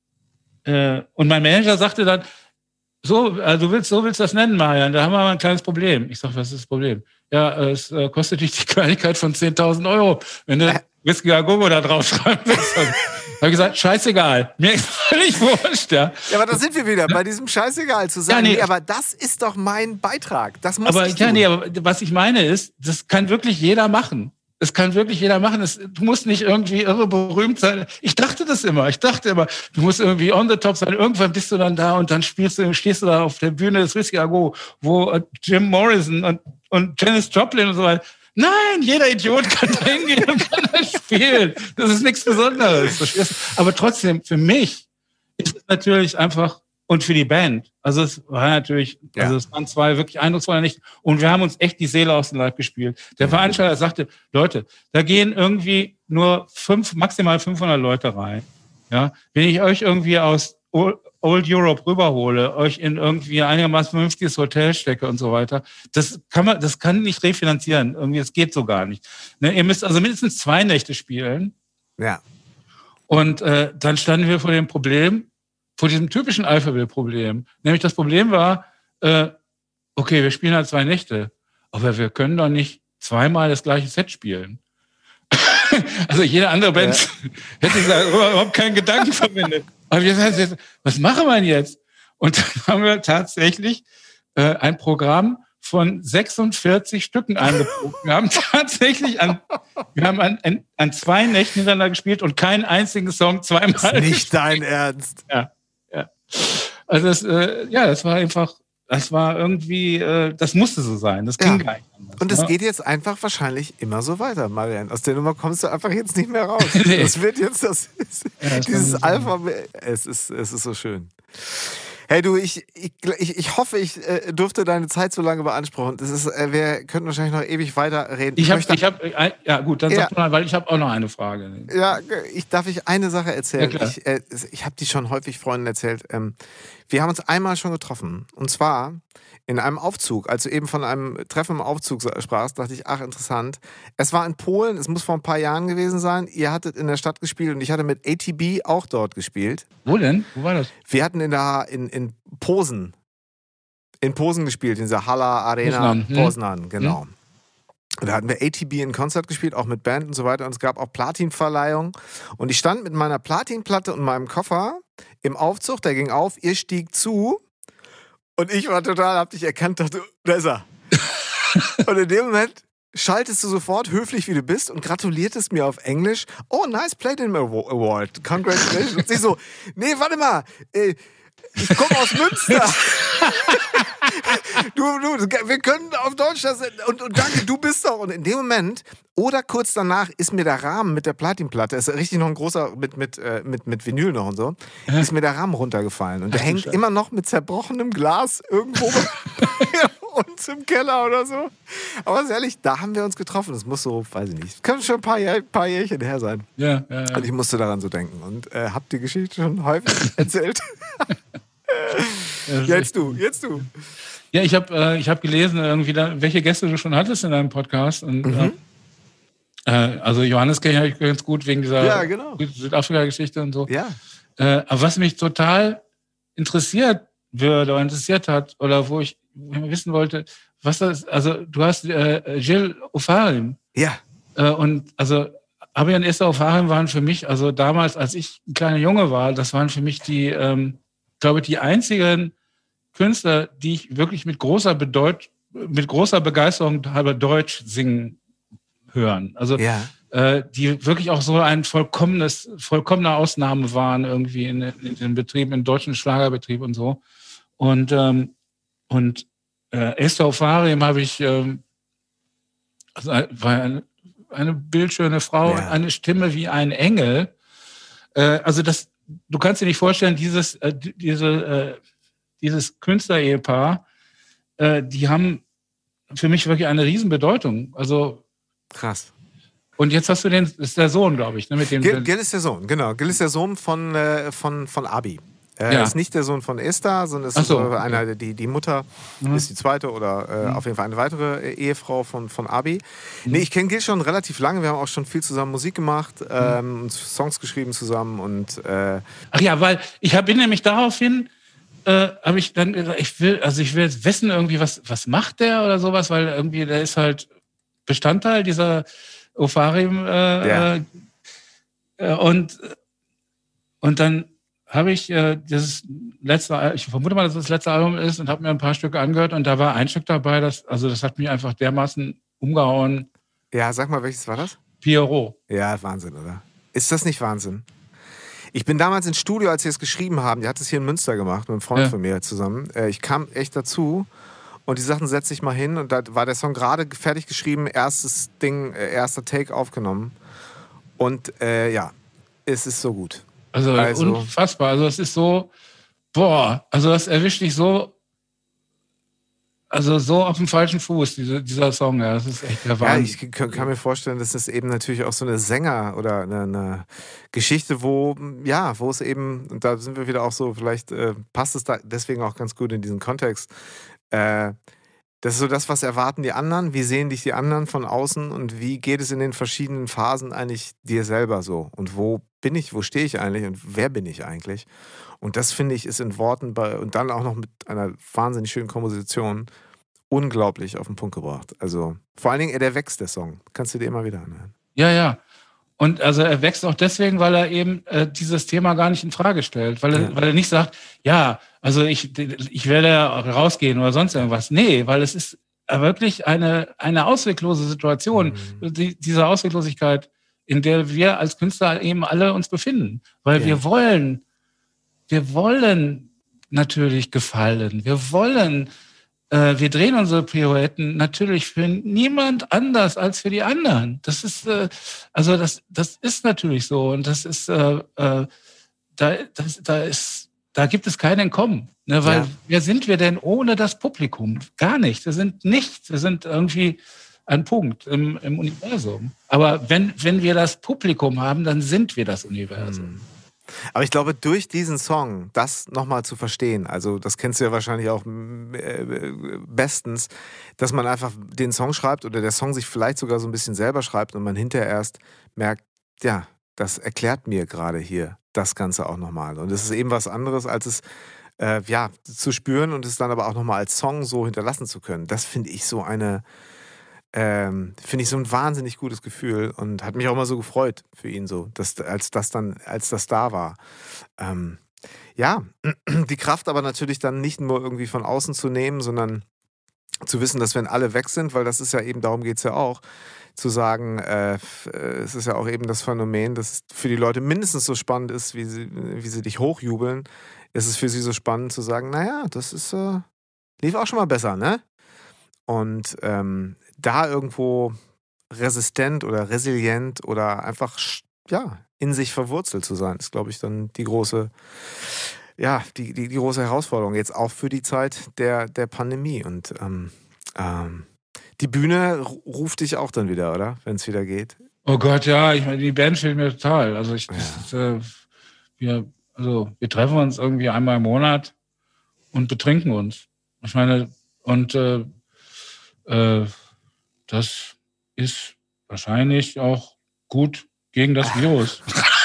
äh, und mein Manager sagte dann, so, also du willst, so willst du das nennen, Marian, da haben wir mal ein kleines Problem. Ich sag, was ist das Problem? Ja, es äh, kostet dich die Kleinigkeit von zehntausend Euro, wenn du Whisky a Go-Go da draufschreiben willst. Habe ich gesagt, scheißegal, mir ist völlig wurscht, ja. Ja, aber da sind wir wieder, bei diesem scheißegal zu sagen, ja, nee, nee, aber das ist doch mein Beitrag, das muss aber, ich ja, tun. Nee, aber was ich meine ist, das kann wirklich jeder machen. Das kann wirklich jeder machen. Das, du musst nicht irgendwie irre berühmt sein. Ich dachte das immer. Ich dachte immer, du musst irgendwie on the top sein. Irgendwann bist du dann da und dann spielst du, stehst du da auf der Bühne des Whisky a Go, wo Jim Morrison und, und Janis Joplin und so weiter. Nein, jeder Idiot kann da hingehen und kann da spielen. Das ist nichts Besonderes. Aber trotzdem, für mich ist es natürlich einfach, und für die Band, also es war natürlich, ja. also es waren zwei wirklich eindrucksvolle Nächte und wir haben uns echt die Seele aus dem Leib gespielt. Der Veranstalter sagte, Leute, da gehen irgendwie nur fünf, maximal fünfhundert Leute rein. Ja, wenn ich euch irgendwie aus Old Europe rüberhole, euch in irgendwie einigermaßen vernünftiges Hotel stecke und so weiter, das kann man, das kann nicht refinanzieren. Irgendwie, das geht so gar nicht. Ne, ihr müsst also mindestens zwei Nächte spielen. Ja. Und äh, dann standen wir vor dem Problem, vor diesem typischen Alphaville-Problem. Nämlich das Problem war, äh, okay, wir spielen halt zwei Nächte, aber wir können doch nicht zweimal das gleiche Set spielen. Also jede andere Band ja. hätte sich da überhaupt keinen Gedanken verwendet. Aber wir sagen jetzt, was machen wir denn jetzt? Und dann haben wir tatsächlich äh, ein Programm von sechsundvierzig Stücken eingeprobt. Wir haben tatsächlich an, wir haben an, an, an zwei Nächten hintereinander gespielt und keinen einzigen Song zweimal. Das ist nicht dein Ernst. Ja. Ja. Also das, äh, ja, das war einfach, das war irgendwie, äh, das musste so sein. Das ging ja. gar nicht anders. Und es ne? geht jetzt einfach wahrscheinlich immer so weiter, Marian. Aus der Nummer kommst du einfach jetzt nicht mehr raus. nee. Das wird jetzt, das ist, ja, das dieses Alpha, es ist, es ist so schön. Hey du, ich, ich, ich hoffe, ich äh, durfte deine Zeit so lange beanspruchen. Das ist, äh, wir könnten wahrscheinlich noch ewig weiterreden. Ich habe, ich hab, äh, ja gut, dann ja. sag mal, weil ich habe auch noch eine Frage. Ja, ich darf ich eine Sache erzählen. Ja, ich äh, ich habe die schon häufig Freunden erzählt. Ähm, wir haben uns einmal schon getroffen. Und zwar in einem Aufzug. Als du eben von einem Treffen im Aufzug sprachst, dachte ich, ach, interessant. Es war in Polen, es muss vor ein paar Jahren gewesen sein. Ihr hattet in der Stadt gespielt und ich hatte mit A T B auch dort gespielt. Wo denn? Wo war das? Wir hatten in der in, in Posen. In Posen gespielt, in dieser Hala Arena. Poznan, hm? Poznan, genau. Hm? Und da hatten wir A T B in Konzert gespielt, auch mit Band und so weiter. Und es gab auch Platinverleihung. Und ich stand mit meiner Platinplatte und meinem Koffer im Aufzug, der ging auf, ihr stieg zu. Und ich war total, hab dich erkannt, dachte, da ist er. Und in dem Moment schaltest du sofort, höflich wie du bist, und gratuliertest mir auf Englisch. Oh, nice Platinum Award. Congratulations. Und ich so, nee, warte mal. Äh, ich komme aus Münster. du, du, wir können auf Deutsch das. Und, und danke, du bist doch. Und in dem Moment, oder kurz danach, ist mir der Rahmen mit der Platinplatte, ist richtig noch ein großer, mit, mit, mit, mit Vinyl noch und so, Hä? ist mir der Rahmen runtergefallen. Und der Ach, hängt Scheiße. immer noch mit zerbrochenem Glas irgendwo bei uns im Keller oder so. Aber ganz ehrlich, da haben wir uns getroffen. Das muss so, weiß ich nicht, kann schon ein paar, Jahr, paar Jährchen her sein. Ja, ja, ja. Und ich musste daran so denken. Und äh, hab die Geschichte schon häufig erzählt. Ja, jetzt du, jetzt du. Ja, ich habe äh, ich hab gelesen, irgendwie da, welche Gäste du schon hattest in deinem Podcast. Und, mhm. äh, also Johannes kenne ich ganz gut wegen dieser ja, genau. Südafrika-Geschichte und so. Ja. Äh, aber was mich total interessiert würde oder interessiert hat, oder wo ich wissen wollte, was das, also du hast äh, Gilles Ofarim. Ja. Äh, und also Abi und Esther Ofarim waren für mich, also damals, als ich ein kleiner Junge war, das waren für mich die, ähm, glaube ich, die einzigen Künstler, die ich wirklich mit großer Bedeut mit großer Begeisterung halber Deutsch singen hören. Also ja. äh, die wirklich auch so ein vollkommenes, vollkommene Ausnahme waren irgendwie in, in den Betrieben, in deutschen Schlagerbetrieb und so. Und ähm, und äh, Esther Ofarim habe ich ähm, also war eine, eine bildschöne Frau, ja. eine Stimme wie ein Engel. Äh, also das Du kannst dir nicht vorstellen, dieses, äh, diese, äh, dieses Künstler-Ehepaar, äh, die haben für mich wirklich eine Riesenbedeutung. Also krass. Und jetzt hast du den, ist der Sohn, glaube ich, ne? Mit dem Gil, Gil ist der Sohn, genau. Gil ist der Sohn von, äh, von, von Abi. Er Ja. ist nicht der Sohn von Esther, sondern ist Ach so, äh, okay. einer, die, die Mutter Mhm. ist die zweite oder äh, Mhm. auf jeden Fall eine weitere Ehefrau von, von Abi. Nee, ich kenne Gil schon relativ lange. Wir haben auch schon viel zusammen Musik gemacht, ähm, und Songs geschrieben zusammen und äh, Ach ja, weil ich hab, bin nämlich daraufhin, äh, habe ich dann gesagt, ich will, also ich will jetzt wissen irgendwie, was, was macht der oder sowas, weil irgendwie der ist halt Bestandteil dieser Ofarim äh, Ja. äh, und, und dann habe ich äh, das letzte, Al- ich vermute mal, dass das das letzte Album ist und habe mir ein paar Stücke angehört und da war ein Stück dabei, das, also das hat mich einfach dermaßen umgehauen. ja, sag mal, welches war das? Pierrot. Ja, Wahnsinn, oder? Ist das nicht Wahnsinn? Ich bin damals ins Studio, als sie es geschrieben haben, die hat es hier in Münster gemacht, mit einem Freund Ja. von mir zusammen. Äh, ich kam echt dazu und die sagten, setz dich mal hin und da war der Song gerade fertig geschrieben, erstes Ding, äh, erster Take aufgenommen und äh, ja, es ist so gut. Also, Also- unfassbar. Also es ist so, boah, also das erwischt dich so, also so auf dem falschen Fuß, diese, dieser Song. Ja, das ist echt der Ja, Wahnsinn. ich kann, kann mir vorstellen, das ist eben natürlich auch so eine Sänger- oder eine, eine Geschichte, wo, ja, wo es eben, und da sind wir wieder auch so, vielleicht äh, passt es da deswegen auch ganz gut in diesen Kontext. Äh, das ist so das, was erwarten die anderen, wie sehen dich die anderen von außen und wie geht es in den verschiedenen Phasen eigentlich dir selber so? Und wo bin ich, wo stehe ich eigentlich und wer bin ich eigentlich? Und das finde ich ist in Worten bei, und dann auch noch mit einer wahnsinnig schönen Komposition unglaublich auf den Punkt gebracht. Also vor allen Dingen, der wächst, der Song. Kannst du dir immer wieder anhören. Ja, ja. Und also er wächst auch deswegen, weil er eben äh, dieses Thema gar nicht in Frage stellt. Weil er, Ja. weil er nicht sagt, ja, also ich, ich werde rausgehen oder sonst irgendwas. Nee, weil es ist wirklich eine, eine ausweglose Situation. Mhm. Die, diese Ausweglosigkeit, in der wir als Künstler eben alle uns befinden. Weil Ja. wir wollen, wir wollen natürlich gefallen. Wir wollen, äh, wir drehen unsere Pirouetten natürlich für niemand anders als für die anderen. Das ist, äh, also das, das ist natürlich so. Und das ist, äh, äh, da, das, da ist, da gibt es kein Entkommen. Ne? Weil Ja. wer sind wir denn ohne das Publikum? Gar nicht. Wir sind nichts. Wir sind irgendwie ein Punkt im, im Universum. Aber wenn, wenn wir das Publikum haben, dann sind wir das Universum. Aber ich glaube, durch diesen Song, das nochmal zu verstehen, also das kennst du ja wahrscheinlich auch äh, bestens, dass man einfach den Song schreibt oder der Song sich vielleicht sogar so ein bisschen selber schreibt und man hinterher erst merkt, ja, das erklärt mir gerade hier das Ganze auch nochmal. Und es ist eben was anderes, als es äh, ja, zu spüren und es dann aber auch nochmal als Song so hinterlassen zu können. Das finde ich so eine, ähm, finde ich so ein wahnsinnig gutes Gefühl und hat mich auch immer so gefreut für ihn so, dass, als das dann, als das da war. Ähm, ja, die Kraft aber natürlich dann nicht nur irgendwie von außen zu nehmen, sondern zu wissen, dass wenn alle weg sind, weil das ist ja eben, darum geht es ja auch, zu sagen, äh, es ist ja auch eben das Phänomen, dass es für die Leute mindestens so spannend ist, wie sie, wie sie dich hochjubeln, ist es für sie so spannend zu sagen, naja, das ist, äh, lief auch schon mal besser, ne? Und ähm, da irgendwo resistent oder resilient oder einfach, ja, in sich verwurzelt zu sein, ist, glaube ich, dann die große, ja, die, die, die große Herausforderung, jetzt auch für die Zeit der, der Pandemie. Und ähm, ähm, die Bühne ruft dich auch dann wieder, oder? Wenn es wieder geht. Oh Gott, ja, ich meine, die Band fehlt mir total. Also ich, Ja. das ist, äh, wir, also wir treffen uns irgendwie einmal im Monat und betrinken uns. Ich meine, und äh, äh, das ist wahrscheinlich auch gut gegen das Virus.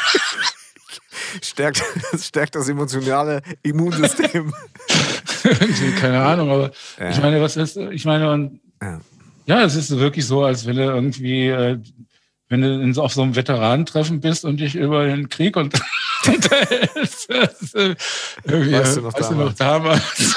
Stärkt, das stärkt das emotionale Immunsystem. Keine Ahnung, aber Ja. ich meine, was ist, ich meine, und Ja. ja, es ist wirklich so, als wenn du irgendwie, äh, wenn du in, so- auf so einem Veteranentreffen bist und dich über den Krieg und unterhältst. Das ist, äh, irgendwie, Weißt du noch weißt du noch damals?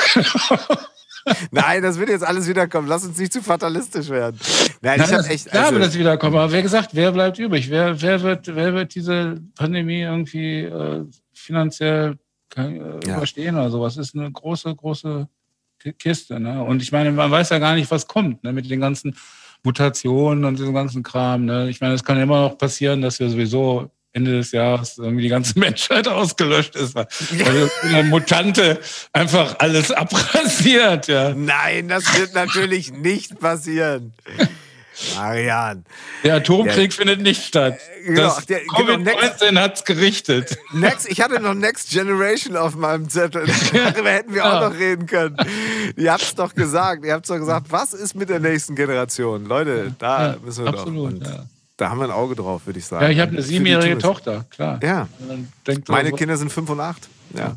Nein, das wird jetzt alles wiederkommen. Lass uns nicht zu fatalistisch werden. Nein, Nein, ich habe das, echt. klar Also, wird das wiederkommen, aber wer gesagt, wer bleibt übrig? Wer, wer, wird, wer wird diese Pandemie irgendwie äh, finanziell äh, Ja. überstehen oder sowas? Das ist eine große, große Ki- Kiste. Ne? Und ich meine, man weiß ja gar nicht, was kommt, ne? Mit den ganzen Mutationen und diesem ganzen Kram. Ne? Ich meine, es kann immer noch passieren, dass wir sowieso Ende des Jahres irgendwie die ganze Menschheit ausgelöscht ist, weil weil eine Mutante einfach alles abrasiert. Ja. nein, das wird natürlich nicht passieren. Marian. Der Atomkrieg ja. findet nicht statt. Genau, Das der, Covid neunzehn hat es gerichtet. Next, ich hatte noch Next Generation auf meinem Zettel. Darüber hätten wir ja. auch noch reden können. Ihr habt es doch gesagt. Ihr habt es doch gesagt, was ist mit der nächsten Generation? Leute, da ja, müssen wir absolut, doch. Und ja. Da haben wir ein Auge drauf, würde ich sagen. Ja, ich habe eine siebenjährige Tochter, klar. Ja. Meine so. Kinder sind fünf und acht. Ja.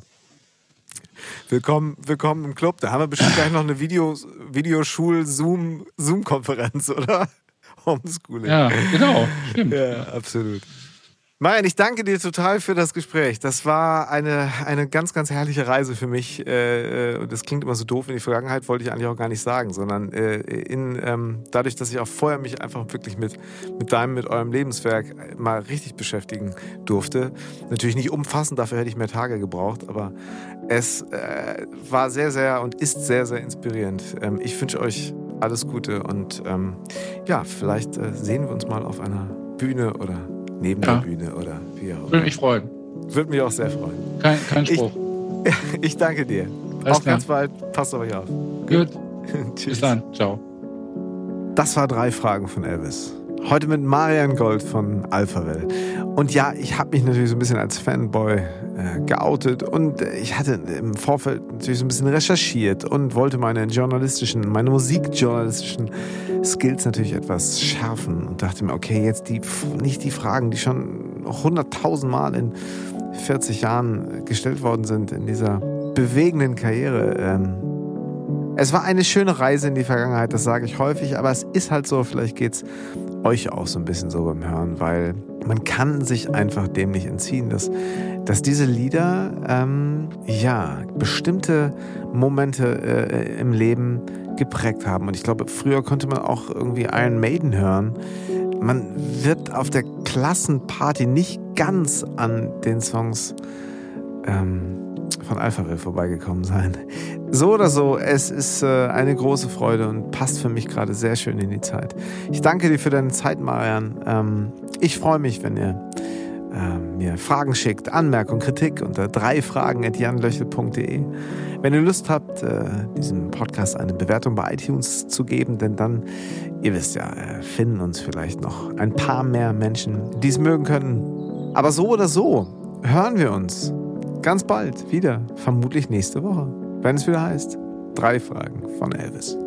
Willkommen, willkommen im Club. Da haben wir bestimmt gleich noch eine Video, Videoschul-Zoom, Zoom-Konferenz, oder? Homeschooling. Ja, genau. Stimmt. Ja, absolut. Marian, ich danke dir total für das Gespräch. Das war eine, eine ganz, ganz herrliche Reise für mich. Äh, und das klingt immer so doof in die Vergangenheit, wollte ich eigentlich auch gar nicht sagen, sondern äh, in, ähm, dadurch, dass ich auch vorher mich einfach wirklich mit, mit deinem, mit eurem Lebenswerk mal richtig beschäftigen durfte. Natürlich nicht umfassend, dafür hätte ich mehr Tage gebraucht, aber es äh, war sehr, sehr und ist sehr, sehr inspirierend. Ähm, ich wünsche euch alles Gute und ähm, ja, vielleicht äh, sehen wir uns mal auf einer Bühne oder neben ja. der Bühne oder wie auch immer. Würde mich freuen. Würde mich auch sehr freuen. Kein, kein Spruch. Ich, ich danke dir. Alles auch klar. Ganz bald. Passt auf euch auf. Gut. Tschüss. Bis dann. Ciao. Das war drei Fragen von Elvis. Heute mit Marian Gold von Alphaville. Und ja, ich habe mich natürlich so ein bisschen als Fanboy äh, geoutet und ich hatte im Vorfeld natürlich so ein bisschen recherchiert und wollte meine journalistischen, meine musikjournalistischen Skills natürlich etwas schärfen und dachte mir, okay, jetzt die nicht die Fragen, die schon hunderttausend Mal in vierzig Jahren gestellt worden sind in dieser bewegenden Karriere. Ähm, es war eine schöne Reise in die Vergangenheit, das sage ich häufig, aber es ist halt so, vielleicht geht's euch auch so ein bisschen so beim Hören, weil man kann sich einfach dem nicht entziehen, dass, dass diese Lieder ähm, ja bestimmte Momente äh, im Leben geprägt haben. Und ich glaube, früher konnte man auch irgendwie Iron Maiden hören. Man wird auf der Klassenparty nicht ganz an den Songs ähm, von Alphaville vorbeigekommen sein. So oder so, es ist äh, eine große Freude und passt für mich gerade sehr schön in die Zeit. Ich danke dir für deine Zeit, Marian. Ähm, ich freue mich, wenn ihr äh, mir Fragen schickt, Anmerkungen, Kritik unter drei fragen at jan löchel punkt de. Wenn ihr Lust habt, äh, diesem Podcast eine Bewertung bei iTunes zu geben, denn dann, ihr wisst ja, äh, finden uns vielleicht noch ein paar mehr Menschen, die es mögen können. Aber so oder so hören wir uns ganz bald wieder, vermutlich nächste Woche, wenn es wieder heißt, drei Fragen von Elvis.